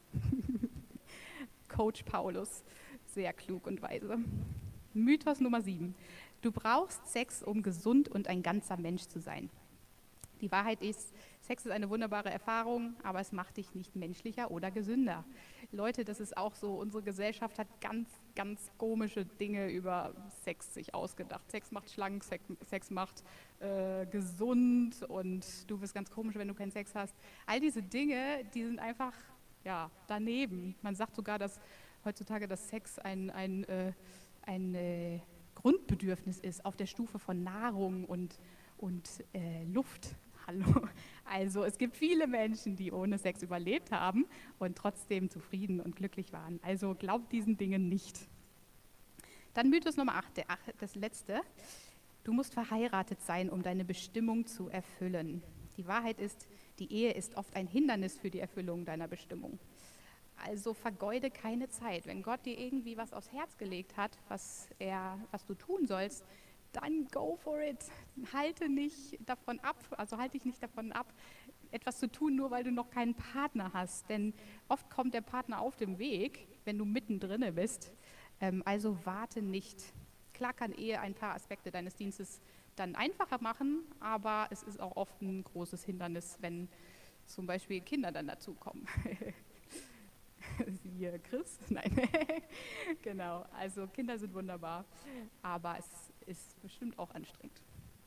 Coach Paulus. Sehr klug und weise. Mythos Nummer sieben. Du brauchst Sex, um gesund und ein ganzer Mensch zu sein. Die Wahrheit ist, Sex ist eine wunderbare Erfahrung, aber es macht dich nicht menschlicher oder gesünder. Leute, das ist auch so, unsere Gesellschaft hat ganz, ganz komische Dinge über Sex sich ausgedacht. Sex macht schlank, Sex, Sex macht äh, gesund und du bist ganz komisch, wenn du keinen Sex hast. All diese Dinge, die sind einfach ja, daneben. Man sagt sogar, dass heutzutage das Sex ein, ein, äh, ein äh, Grundbedürfnis ist, auf der Stufe von Nahrung und, und äh, Luft. Hallo. Also es gibt viele Menschen, die ohne Sex überlebt haben und trotzdem zufrieden und glücklich waren. Also glaubt diesen Dingen nicht. Dann Mythos Nummer acht, der, das letzte. Du musst verheiratet sein, um deine Bestimmung zu erfüllen. Die Wahrheit ist, die Ehe ist oft ein Hindernis für die Erfüllung deiner Bestimmung. Also vergeude keine Zeit. Wenn Gott dir irgendwie was aufs Herz gelegt hat, was, er, was du tun sollst, dann go for it. Halte nicht davon ab, also halte dich nicht davon ab, etwas zu tun, nur weil du noch keinen Partner hast. Denn oft kommt der Partner auf dem Weg, wenn du mittendrin bist. Ähm, also warte nicht. Klar kann Ehe ein paar Aspekte deines Dienstes dann einfacher machen, aber es ist auch oft ein großes Hindernis, wenn zum Beispiel Kinder dann dazukommen. Siehe Chris? Nein. Genau, also Kinder sind wunderbar, aber es ist bestimmt auch anstrengend.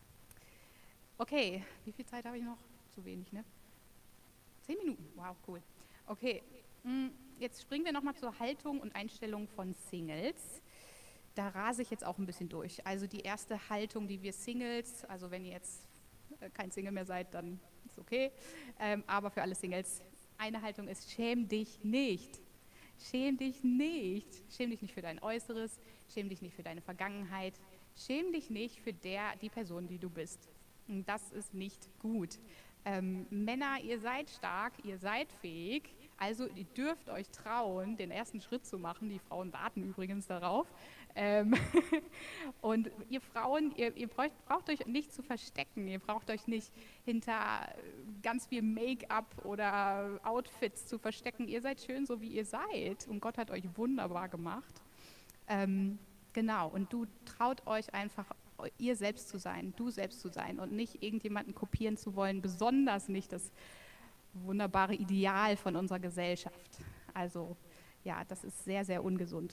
Okay, wie viel Zeit habe ich noch? Zu wenig, ne? Zehn Minuten, wow, cool. Okay, jetzt springen wir nochmal zur Haltung und Einstellung von Singles. Da rase ich jetzt auch ein bisschen durch. Also die erste Haltung, die wir Singles, also wenn ihr jetzt kein Single mehr seid, dann ist okay, ähm, aber für alle Singles, eine Haltung ist, schäm dich nicht. Schäm dich nicht. Schäm dich nicht für dein Äußeres, schäm dich nicht für deine Vergangenheit, schäm dich nicht für der, die Person, die du bist. Und das ist nicht gut. Ähm, Männer, ihr seid stark, ihr seid fähig, also ihr dürft euch trauen, den ersten Schritt zu machen. Die Frauen warten übrigens darauf. Ähm und ihr Frauen, ihr, ihr braucht, braucht euch nicht zu verstecken, ihr braucht euch nicht hinter ganz viel Make-up oder Outfits zu verstecken. Ihr seid schön, so wie ihr seid und Gott hat euch wunderbar gemacht. Ähm, genau, und du traut euch einfach, ihr selbst zu sein, du selbst zu sein und nicht irgendjemanden kopieren zu wollen, besonders nicht das wunderbare Ideal von unserer Gesellschaft. Also ja, das ist sehr, sehr ungesund.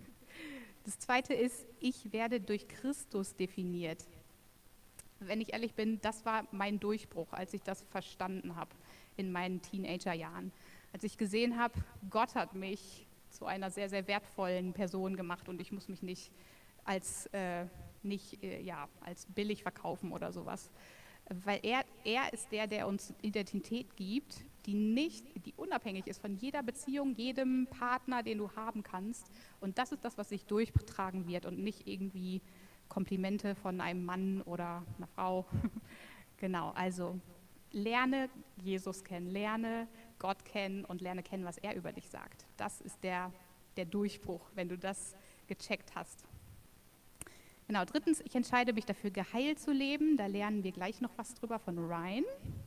Das Zweite ist, ich werde durch Christus definiert. Wenn ich ehrlich bin, das war mein Durchbruch, als ich das verstanden habe in meinen Teenagerjahren. Als ich gesehen habe, Gott hat mich zu einer sehr, sehr wertvollen Person gemacht und ich muss mich nicht als, äh, nicht, äh, ja, als billig verkaufen oder sowas. Weil er, er ist der, der uns Identität gibt, die nicht, die unabhängig ist von jeder Beziehung, jedem Partner, den du haben kannst. Und das ist das, was sich durchtragen wird und nicht irgendwie Komplimente von einem Mann oder einer Frau. Genau, also lerne Jesus kennen, lerne Gott kennen und lerne kennen, was er über dich sagt. Das ist der, der Durchbruch, wenn du das gecheckt hast. Genau, drittens, ich entscheide mich dafür, geheilt zu leben. Da lernen wir gleich noch was drüber von Ryan.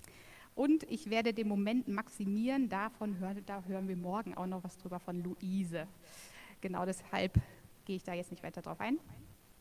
Und ich werde den Moment maximieren. Davon hören, da hören wir morgen auch noch was drüber von Luise. Genau deshalb gehe ich da jetzt nicht weiter drauf ein.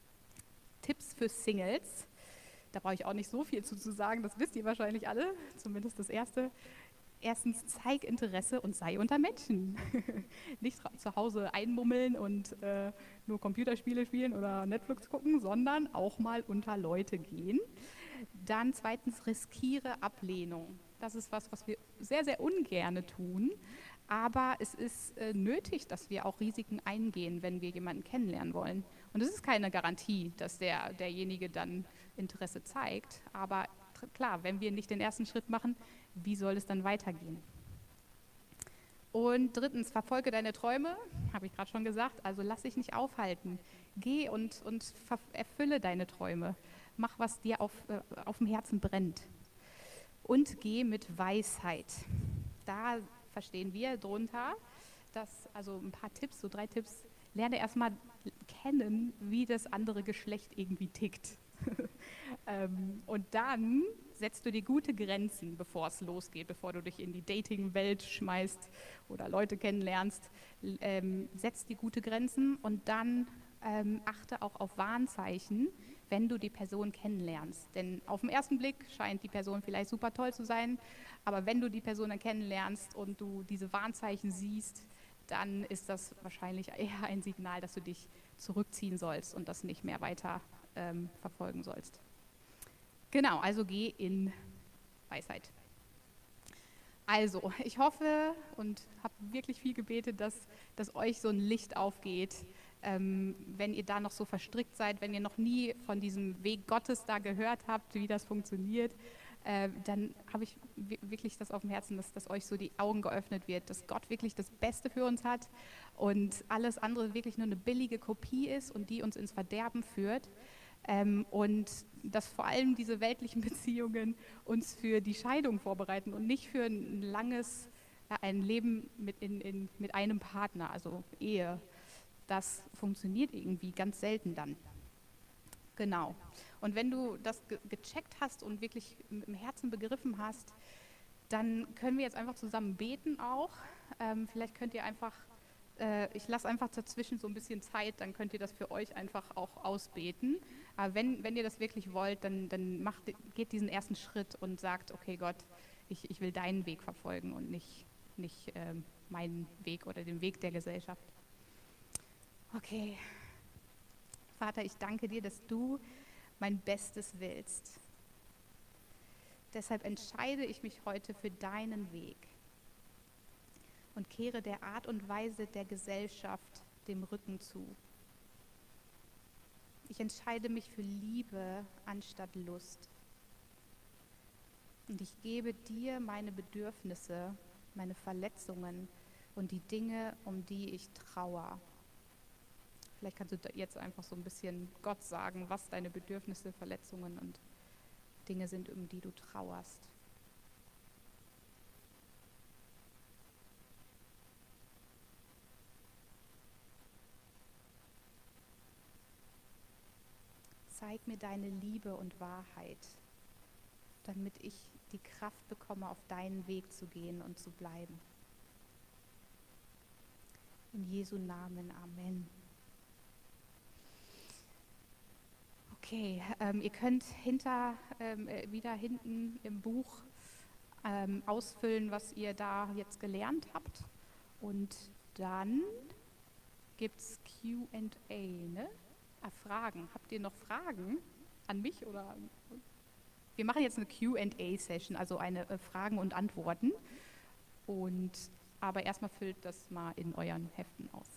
Tipps für Singles. Da brauche ich auch nicht so viel zu, zu sagen. Das wisst ihr wahrscheinlich alle. Zumindest das Erste. Erstens, zeig Interesse und sei unter Menschen. Nicht zu Hause einmummeln und äh, nur Computerspiele spielen oder Netflix gucken, sondern auch mal unter Leute gehen. Dann zweitens, riskiere Ablehnung. Das ist was, was wir sehr, sehr ungerne tun. Aber es ist äh, nötig, dass wir auch Risiken eingehen, wenn wir jemanden kennenlernen wollen. Und es ist keine Garantie, dass der, derjenige dann Interesse zeigt. Aber tr- klar, wenn wir nicht den ersten Schritt machen, wie soll es dann weitergehen? Und drittens, verfolge deine Träume, habe ich gerade schon gesagt. Also lass dich nicht aufhalten. Geh und, und ver- erfülle deine Träume. Mach, was dir auf, äh, auf dem Herzen brennt. Und geh mit Weisheit. Da verstehen wir drunter, dass, also ein paar Tipps, so drei Tipps, lerne erstmal kennen, wie das andere Geschlecht irgendwie tickt. ähm, und dann setzt du dir gute Grenzen, bevor es losgeht, bevor du dich in die Dating-Welt schmeißt oder Leute kennenlernst. Ähm, setz dir gute Grenzen und dann ähm, achte auch auf Warnzeichen, wenn du die Person kennenlernst. Denn auf den ersten Blick scheint die Person vielleicht super toll zu sein, aber wenn du die Person dann kennenlernst und du diese Warnzeichen siehst, dann ist das wahrscheinlich eher ein Signal, dass du dich zurückziehen sollst und das nicht mehr weiter ähm, verfolgen sollst. Genau, also geh in Weisheit. Also, ich hoffe und habe wirklich viel gebetet, dass, dass euch so ein Licht aufgeht, ähm, wenn ihr da noch so verstrickt seid, wenn ihr noch nie von diesem Weg Gottes da gehört habt, wie das funktioniert, äh, dann habe ich wirklich das auf dem Herzen, dass, dass euch so die Augen geöffnet wird, dass Gott wirklich das Beste für uns hat und alles andere wirklich nur eine billige Kopie ist und die uns ins Verderben führt. Ähm, und dass vor allem diese weltlichen Beziehungen uns für die Scheidung vorbereiten und nicht für ein langes, ja, ein Leben mit, in, in, mit einem Partner, also Ehe. Das funktioniert irgendwie ganz selten dann. Genau. Und wenn du das ge gecheckt hast und wirklich im Herzen begriffen hast, dann können wir jetzt einfach zusammen beten auch. Ähm, vielleicht könnt ihr einfach, äh, ich lasse einfach dazwischen so ein bisschen Zeit, dann könnt ihr das für euch einfach auch ausbeten. Aber wenn, wenn ihr das wirklich wollt, dann, dann macht, geht diesen ersten Schritt und sagt, okay Gott, ich, ich will deinen Weg verfolgen und nicht, nicht ähm, meinen Weg oder den Weg der Gesellschaft. Okay, Vater, ich danke dir, dass du mein Bestes willst. Deshalb entscheide ich mich heute für deinen Weg und kehre der Art und Weise der Gesellschaft dem Rücken zu. Ich entscheide mich für Liebe anstatt Lust. Und ich gebe dir meine Bedürfnisse, meine Verletzungen und die Dinge, um die ich trauere. Vielleicht kannst du jetzt einfach so ein bisschen Gott sagen, was deine Bedürfnisse, Verletzungen und Dinge sind, um die du trauerst. Zeig mir deine Liebe und Wahrheit, damit ich die Kraft bekomme, auf deinen Weg zu gehen und zu bleiben. In Jesu Namen, Amen. Okay, ähm, ihr könnt hinter, ähm, wieder hinten im Buch ähm, ausfüllen, was ihr da jetzt gelernt habt. Und dann gibt es Q and A, ne? Ah, Fragen. Habt ihr noch Fragen an mich? Oder? Wir machen jetzt eine Q and A-Session, also eine äh, Fragen und Antworten. Und, aber erstmal füllt das mal in euren Heften aus.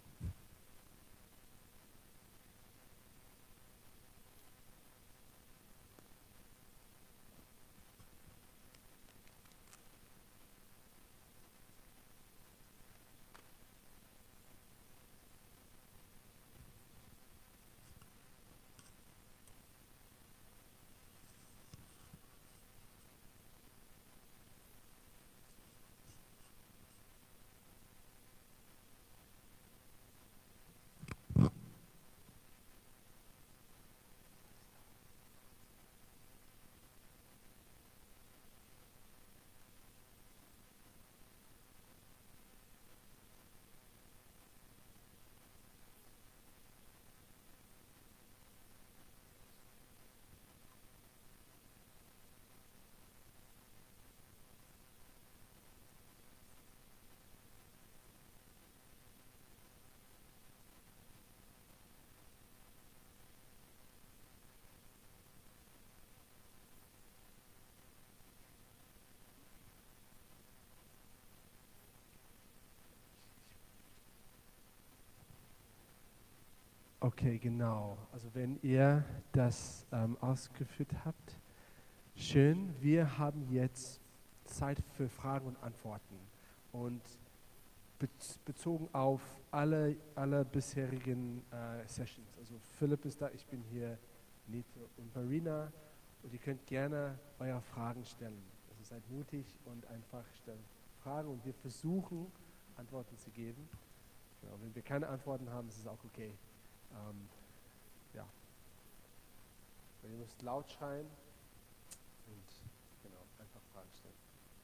Okay, genau. Also wenn ihr das ähm, ausgeführt habt, schön. Wir haben jetzt Zeit für Fragen und Antworten. Und bez- bezogen auf alle, alle bisherigen äh, Sessions. Also Philipp ist da, ich bin hier, Nete und Marina. Und ihr könnt gerne eure Fragen stellen. Also seid mutig und einfach stellt Fragen und wir versuchen, Antworten zu geben. Genau, wenn wir keine Antworten haben, ist es auch okay. Ähm, ja. Ihr müsst laut schreien und genau, einfach Fragen stellen.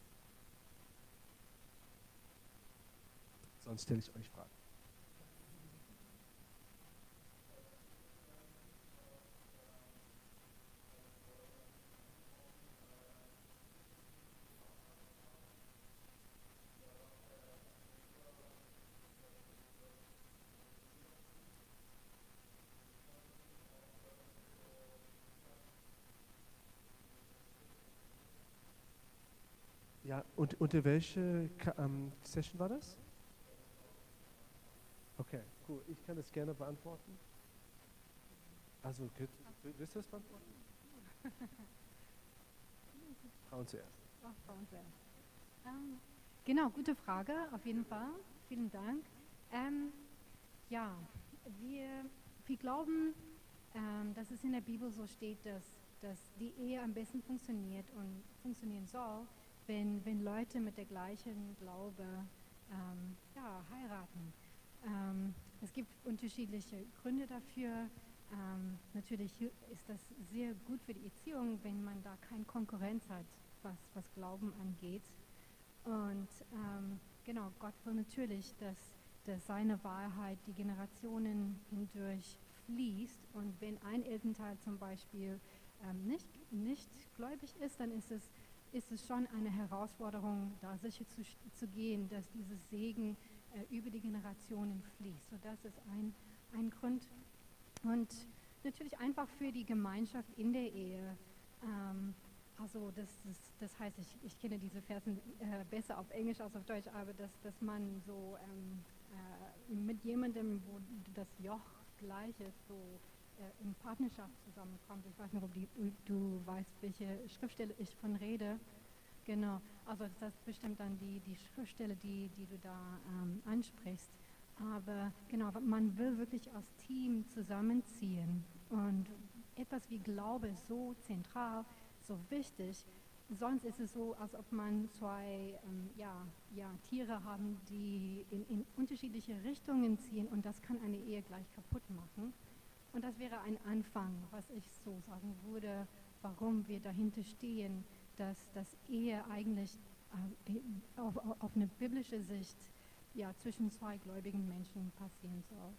Sonst stelle ich euch Fragen. Ja, und unter welche Ka- ähm, Session war das? Okay, cool. Ich kann das gerne beantworten. Also, könnt- willst du das beantworten? Frauen zuerst. Ach, Frauen zuerst. Ähm, genau, gute Frage, auf jeden Fall. Vielen Dank. Ähm, ja, wir, wir glauben, ähm, dass es in der Bibel so steht, dass, dass die Ehe am besten funktioniert und funktionieren soll, wenn, wenn Leute mit der gleichen Glaube ähm, ja, heiraten. Ähm, es gibt unterschiedliche Gründe dafür. Ähm, natürlich hil- ist das sehr gut für die Erziehung, wenn man da keine Konkurrenz hat, was, was Glauben angeht. Und ähm, genau, Gott will natürlich, dass, dass seine Wahrheit die Generationen hindurch fließt. Und wenn ein Elternteil zum Beispiel ähm, nicht, nicht gläubig ist, dann ist es, ist es schon eine Herausforderung, da sicher zu, zu gehen, dass dieses Segen äh, über die Generationen fließt. So, das ist ein, ein Grund. Und natürlich einfach für die Gemeinschaft in der Ehe. Ähm, also das, das, das heißt, ich, ich kenne diese Versen äh, besser auf Englisch als auf Deutsch, aber dass, dass man so ähm, äh, mit jemandem, wo das Joch gleich ist, so äh, in Partnerschaft zusammenkommt. Ich weiß nicht, ob die, du weißt, welche Schriftstelle ich von rede. Genau, also das ist bestimmt dann die, die Schriftstelle, die, die du da ähm, ansprichst. Aber genau, man will wirklich als Team zusammenziehen. Und etwas wie Glaube ist so zentral, so wichtig. Sonst ist es so, als ob man zwei ähm, ja, ja, Tiere haben, die in, in unterschiedliche Richtungen ziehen und das kann eine Ehe gleich kaputt machen. Und das wäre ein Anfang, was ich so sagen würde, warum wir dahinter stehen, dass das Ehe eigentlich äh, auf, auf eine biblische Sicht ja, zwischen zwei gläubigen Menschen passieren soll.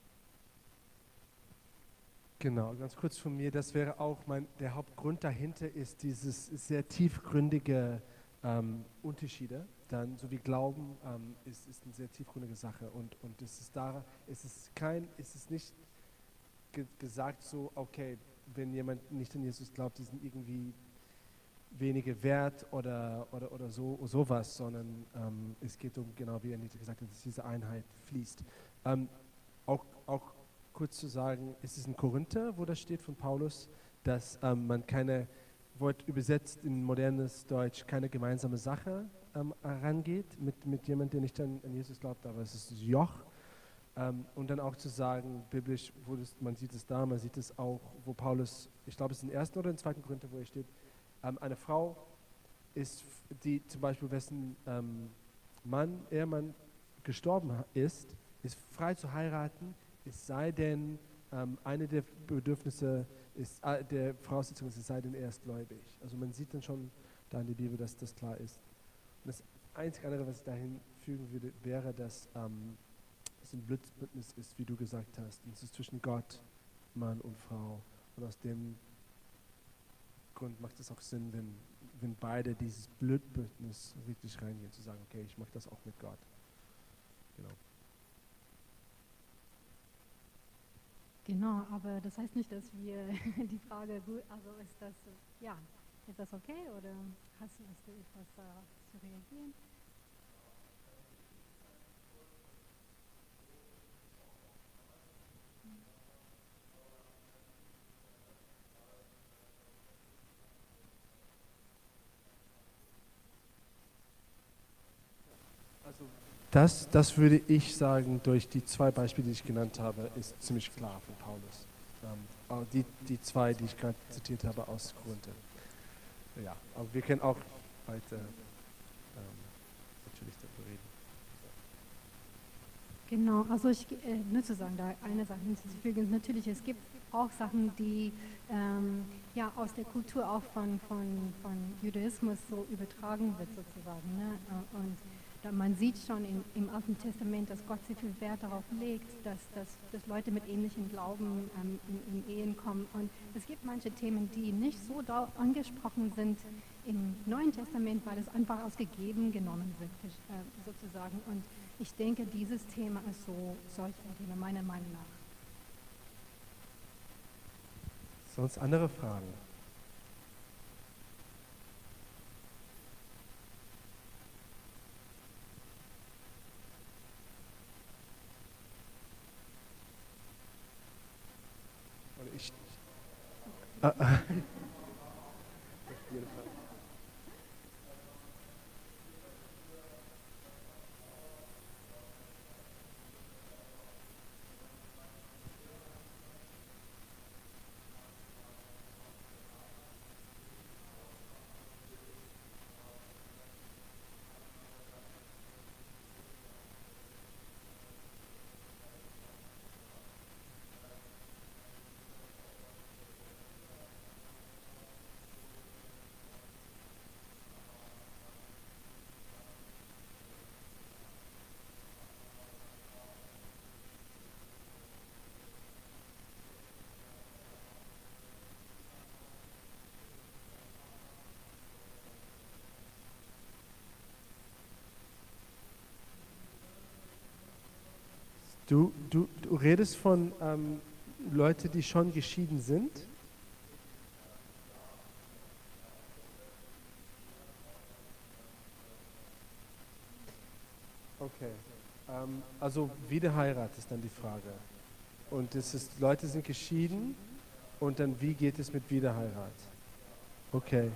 Genau, ganz kurz von mir, das wäre auch mein, der Hauptgrund dahinter ist dieses sehr tiefgründige ähm, Unterschiede. Dann, so wie Glauben ähm, ist, ist eine sehr tiefgründige Sache und, und es ist da, es ist kein, es ist nicht ge gesagt so, okay, wenn jemand nicht an Jesus glaubt, die sind irgendwie weniger wert oder, oder, oder so, sowas, sondern ähm, es geht um, genau wie Anita gesagt hat, dass diese Einheit fließt. Ähm, auch, auch kurz zu sagen, es ist in Korinther, wo das steht von Paulus, dass ähm, man keine, Wort übersetzt in modernes Deutsch, keine gemeinsame Sache ähm, herangeht mit, mit jemandem, der nicht an, an Jesus glaubt, aber es ist Joch. Ähm, und dann auch zu sagen, biblisch, wo das, man sieht es da, man sieht es auch, wo Paulus, ich glaube es ist im ersten oder im zweiten Korinther, wo er steht, ähm, eine Frau ist, die zum Beispiel wessen ähm, Mann, Ehemann gestorben ist, ist frei zu heiraten, es sei denn, ähm, eine der Bedürfnisse ist, äh, der Voraussetzung ist, es sei denn, er ist gläubig. Also man sieht dann schon da in der Bibel, dass das klar ist. Und das einzige andere, was ich dahin fügen würde, wäre, dass ähm, es ein Blutsbündnis ist, wie du gesagt hast. Und es ist zwischen Gott, Mann und Frau. Und aus dem Grund macht es auch Sinn, wenn, wenn beide dieses Blutbündnis richtig reingehen, zu sagen, okay, ich mache das auch mit Gott. Genau. Genau, aber das heißt nicht, dass wir die Frage gut, also ist das, ja, ist das okay oder hast, hast du etwas da zu reagieren? das, das würde ich sagen, durch die zwei Beispiele, die ich genannt habe, ist ziemlich klar von Paulus. Ähm, auch die, die zwei, die ich gerade zitiert habe, aus Korinther. Ja, aber wir können auch weiter ähm, natürlich darüber reden. Genau, also ich, äh, nur zu sagen, da eine Sache hinzuzufügen, natürlich, es gibt auch Sachen, die ähm, ja aus der Kultur auch von, von, von Judaismus so übertragen wird sozusagen. Ne? Äh, Und da man sieht schon in, im Alten Testament, dass Gott sehr viel Wert darauf legt, dass, dass, dass Leute mit ähnlichem Glauben ähm, in, in Ehen kommen. Und es gibt manche Themen, die nicht so da angesprochen sind im Neuen Testament, weil es einfach als gegeben genommen wird, äh, sozusagen. Und ich denke, dieses Thema ist so solch ein Thema, meiner Meinung nach. Sonst andere Fragen? Oder ich. Ah, ah. Du, du, du redest von ähm, Leuten, die schon geschieden sind? Okay. Ähm, also Wiederheirat ist dann die Frage. Und es ist, Leute sind geschieden und dann wie geht es mit Wiederheirat? Okay.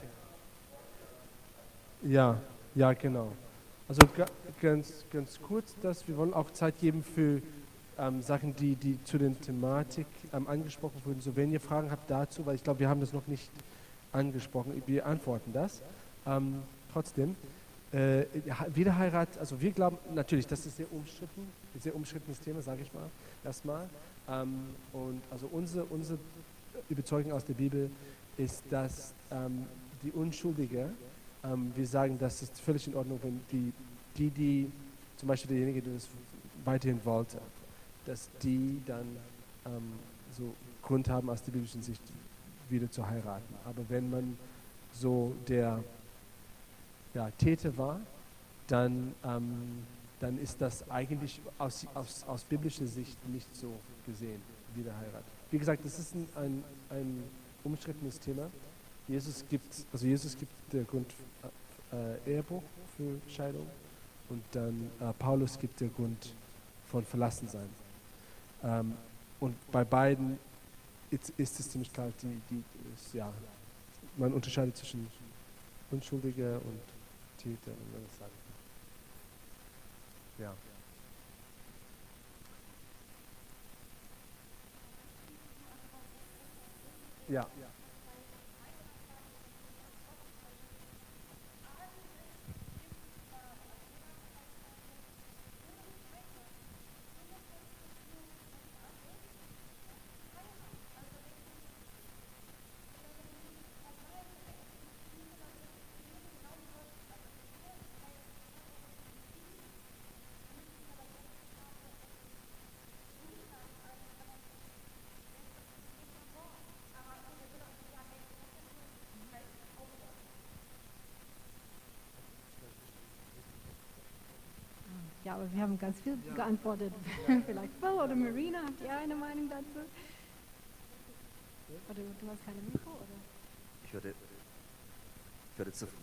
Ja, ja, genau. Also ga, ganz, ganz kurz, dass wir wollen auch Zeit geben für ähm, Sachen, die, die zu den Thematik ähm, angesprochen wurden. So, wenn ihr Fragen habt dazu, weil ich glaube, wir haben das noch nicht angesprochen, wir antworten das. Ähm, trotzdem, äh, Wiederheirat, also wir glauben natürlich, das ist sehr umstritten, ein sehr umstrittenes Thema, sage ich mal, erstmal. Ähm, und also unsere, unsere Überzeugung aus der Bibel ist, dass ähm, die Unschuldige, ähm, wir sagen, das ist völlig in Ordnung, wenn die, die, die zum Beispiel derjenige, der das weiterhin wollte, dass die dann ähm, so Grund haben, aus der biblischen Sicht wieder zu heiraten. Aber wenn man so der ja, Täter war, dann, ähm, dann ist das eigentlich aus, aus, aus biblischer Sicht nicht so gesehen, Wiederheirat. Wie gesagt, das ist ein, ein, ein umstrittenes Thema. Jesus gibt, also Jesus gibt der Grund äh, Ehebruch für Scheidung und dann äh, Paulus gibt der Grund von Verlassensein. Ähm, und bei beiden ist, ist es ziemlich klar, die, die ist, ja, man unterscheidet zwischen Unschuldiger und Täter, wenn man das sagt. Ja. Ja. Ja, aber wir haben ganz viel ja. geantwortet. Ja. Vielleicht Phil oder Marina, habt ihr eine Meinung dazu? Oder du hast keine Mikro, oder? Ich würde, ich würde zu...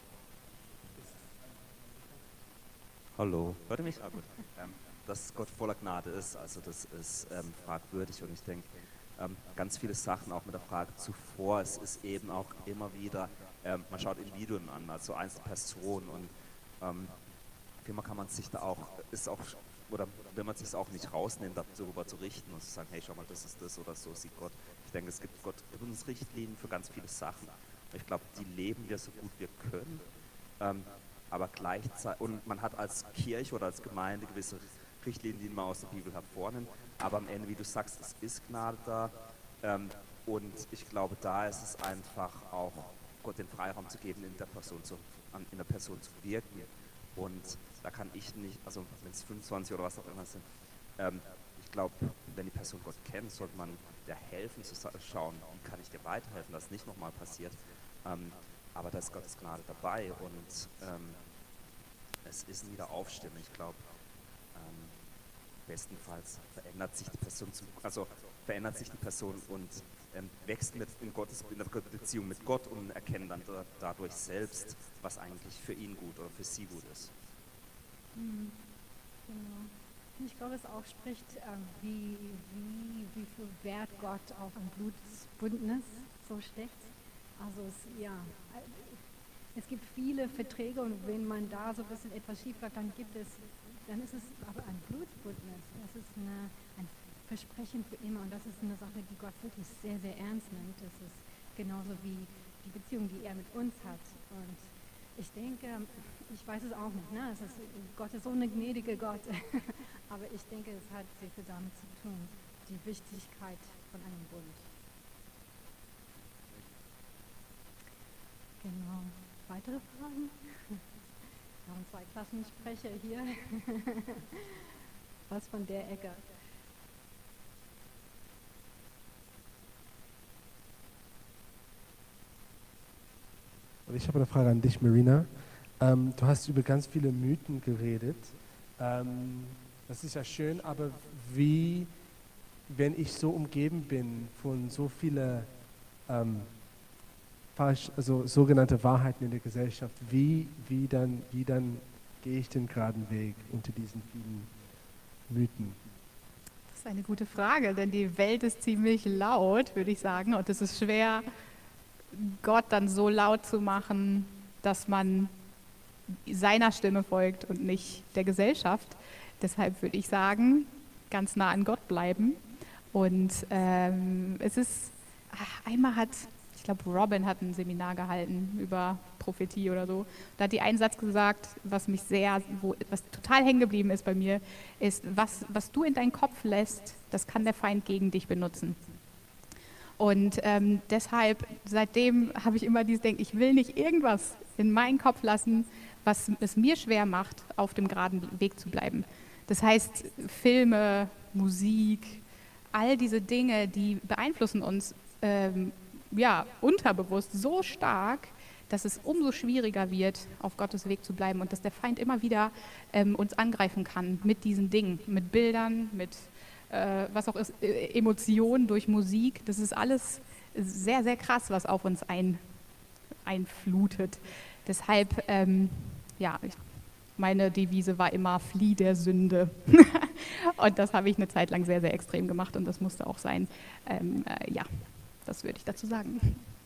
Hallo, hört ihr mich? Ah, gut. Ähm, dass Gott voller Gnade ist, also das ist ähm, fragwürdig und ich denke, ähm, ganz viele Sachen auch mit der Frage zuvor, es ist eben auch immer wieder, ähm, man schaut Individuen an, also Einzelpersonen und ähm, manchmal kann man sich da auch, ist auch, oder will man sich auch nicht rausnehmen, darüber zu richten und zu sagen, hey, schau mal, das ist das oder so sieht Gott. Ich denke, es gibt Gott gibt uns Richtlinien für ganz viele Sachen. Ich glaube, die leben wir so gut wir können. Ähm, aber gleichzeitig, und man hat als Kirche oder als Gemeinde gewisse Richtlinien, die man aus der Bibel hervornimmt. Aber am Ende, wie du sagst, es ist Gnade da. Ähm, und ich glaube, da ist es einfach auch, Gott den Freiraum zu geben, in der Person zu, an, in der Person zu wirken. Und da kann ich nicht, also wenn es fünfundzwanzig oder was auch immer sind, ähm, ich glaube, wenn die Person Gott kennt, sollte man der helfen, zu schauen, wie kann ich dir weiterhelfen, dass es nicht nochmal passiert. Ähm, aber da ist Gottes Gnade dabei und ähm, es ist ein Wiederaufstehen. Ich glaube, ähm, bestenfalls verändert sich die Person, zum, also verändert sich die Person und ähm, wächst mit in, Gottes, in der Beziehung mit Gott und erkennt dann da, dadurch selbst, was eigentlich für ihn gut oder für sie gut ist. Mhm. Genau. Ich glaube, es auch spricht, ähm, wie, wie, wie viel Wert Gott auf ein Blutsbündnis so steckt. Also es, ja, es gibt viele Verträge und wenn man da so ein bisschen etwas schief läuft, dann gibt es, dann ist es aber ein Blutsbündnis. Das ist eine, ein Versprechen für immer und das ist eine Sache, die Gott wirklich sehr, sehr ernst nimmt. Das ist genauso wie die Beziehung, die er mit uns hat. Und ich denke, ich weiß es auch nicht, ne? Es ist, Gott ist so eine gnädige Gott, aber ich denke, es hat sehr viel damit zu tun, die Wichtigkeit von einem Bund. Genau. Weitere Fragen? Wir haben zwei Klassensprecher hier. Was von der Ecke? Und ich habe eine Frage an dich, Marina. Ähm, du hast über ganz viele Mythen geredet. Ähm, das ist ja schön, aber wie, wenn ich so umgeben bin von so vielen ähm, falsch, also sogenannte Wahrheiten in der Gesellschaft, wie, wie, dann, wie dann gehe ich den geraden Weg unter diesen vielen Mythen? Das ist eine gute Frage, denn die Welt ist ziemlich laut, würde ich sagen, und es ist schwer, Gott dann so laut zu machen, dass man seiner Stimme folgt und nicht der Gesellschaft. Deshalb würde ich sagen, ganz nah an Gott bleiben. Und ähm, es ist, ach, einmal hat, ich glaube, Robin hat ein Seminar gehalten über Prophetie oder so. Da hat die einen Satz gesagt, was mich sehr, wo, was total hängen geblieben ist bei mir, ist, was, was du in deinen Kopf lässt, das kann der Feind gegen dich benutzen. Und ähm, deshalb, seitdem habe ich immer dieses Denken, ich will nicht irgendwas in meinen Kopf lassen, was es mir schwer macht, auf dem geraden Weg zu bleiben. Das heißt, Filme, Musik, all diese Dinge, die beeinflussen uns ähm, ja, unterbewusst so stark, dass es umso schwieriger wird, auf Gottes Weg zu bleiben und dass der Feind immer wieder ähm, uns angreifen kann mit diesen Dingen, mit Bildern, mit äh, was auch ist, äh, Emotionen durch Musik. Das ist alles sehr, sehr krass, was auf uns ein, einflutet. Deshalb, ähm, ja, ich, meine Devise war immer, flieh der Sünde. Und das habe ich eine Zeit lang sehr, sehr extrem gemacht und das musste auch sein. Ähm, äh, ja, das würde ich dazu sagen.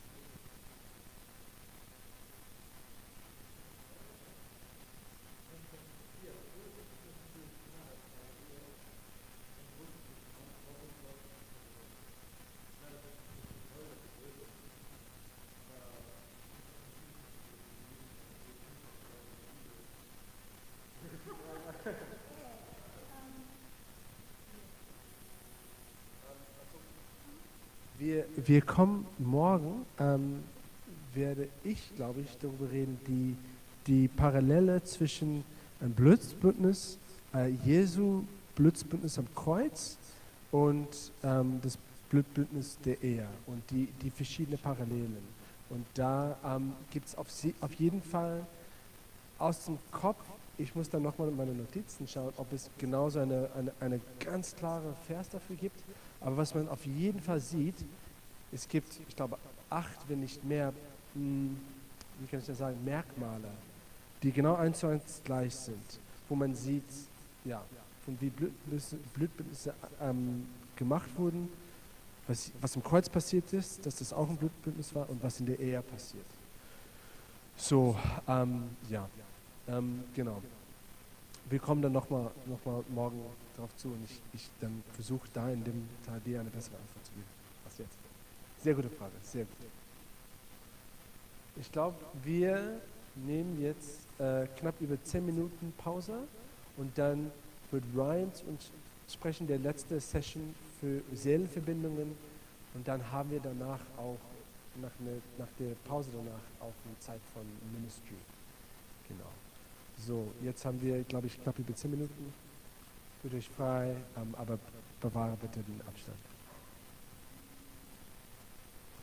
Wir, wir kommen morgen, ähm, werde ich, glaube ich, darüber reden, die, die Parallele zwischen einem Blutsbündnis, äh, Jesu Blutsbündnis am Kreuz und ähm, das Blutbündnis der Ehe und die, die verschiedenen Parallelen. Und da ähm, gibt es auf, auf jeden Fall aus dem Kopf, ich muss dann nochmal in meine Notizen schauen, ob es genauso eine, eine, eine ganz klare Vers dafür gibt. Aber was man auf jeden Fall sieht, es gibt, ich glaube, acht, wenn nicht mehr, mh, wie kann ich das sagen, Merkmale, die genau eins zu eins gleich sind, wo man sieht, ja, von wie Blutbündnisse, Blutbündnisse ähm, gemacht wurden, was, was im Kreuz passiert ist, dass das auch ein Blutbündnis war und was in der Ehe passiert. So, ähm, ja, ähm, genau. wir kommen dann nochmal noch mal morgen drauf zu und ich, ich dann versuche da in dem Teil dir eine bessere Antwort zu geben. Was jetzt? Sehr gute Frage, sehr gut. Ich glaube, wir nehmen jetzt äh, knapp über zehn Minuten Pause und dann wird Ryan zu uns sprechen, der letzte Session für Seelenverbindungen und dann haben wir danach auch, nach, ne, nach der Pause danach, auch eine Zeit von Ministry. Genau. So, jetzt haben wir, glaube ich, knapp über zehn Minuten. Fühlt euch frei, ähm, aber bewahre bitte den Abstand.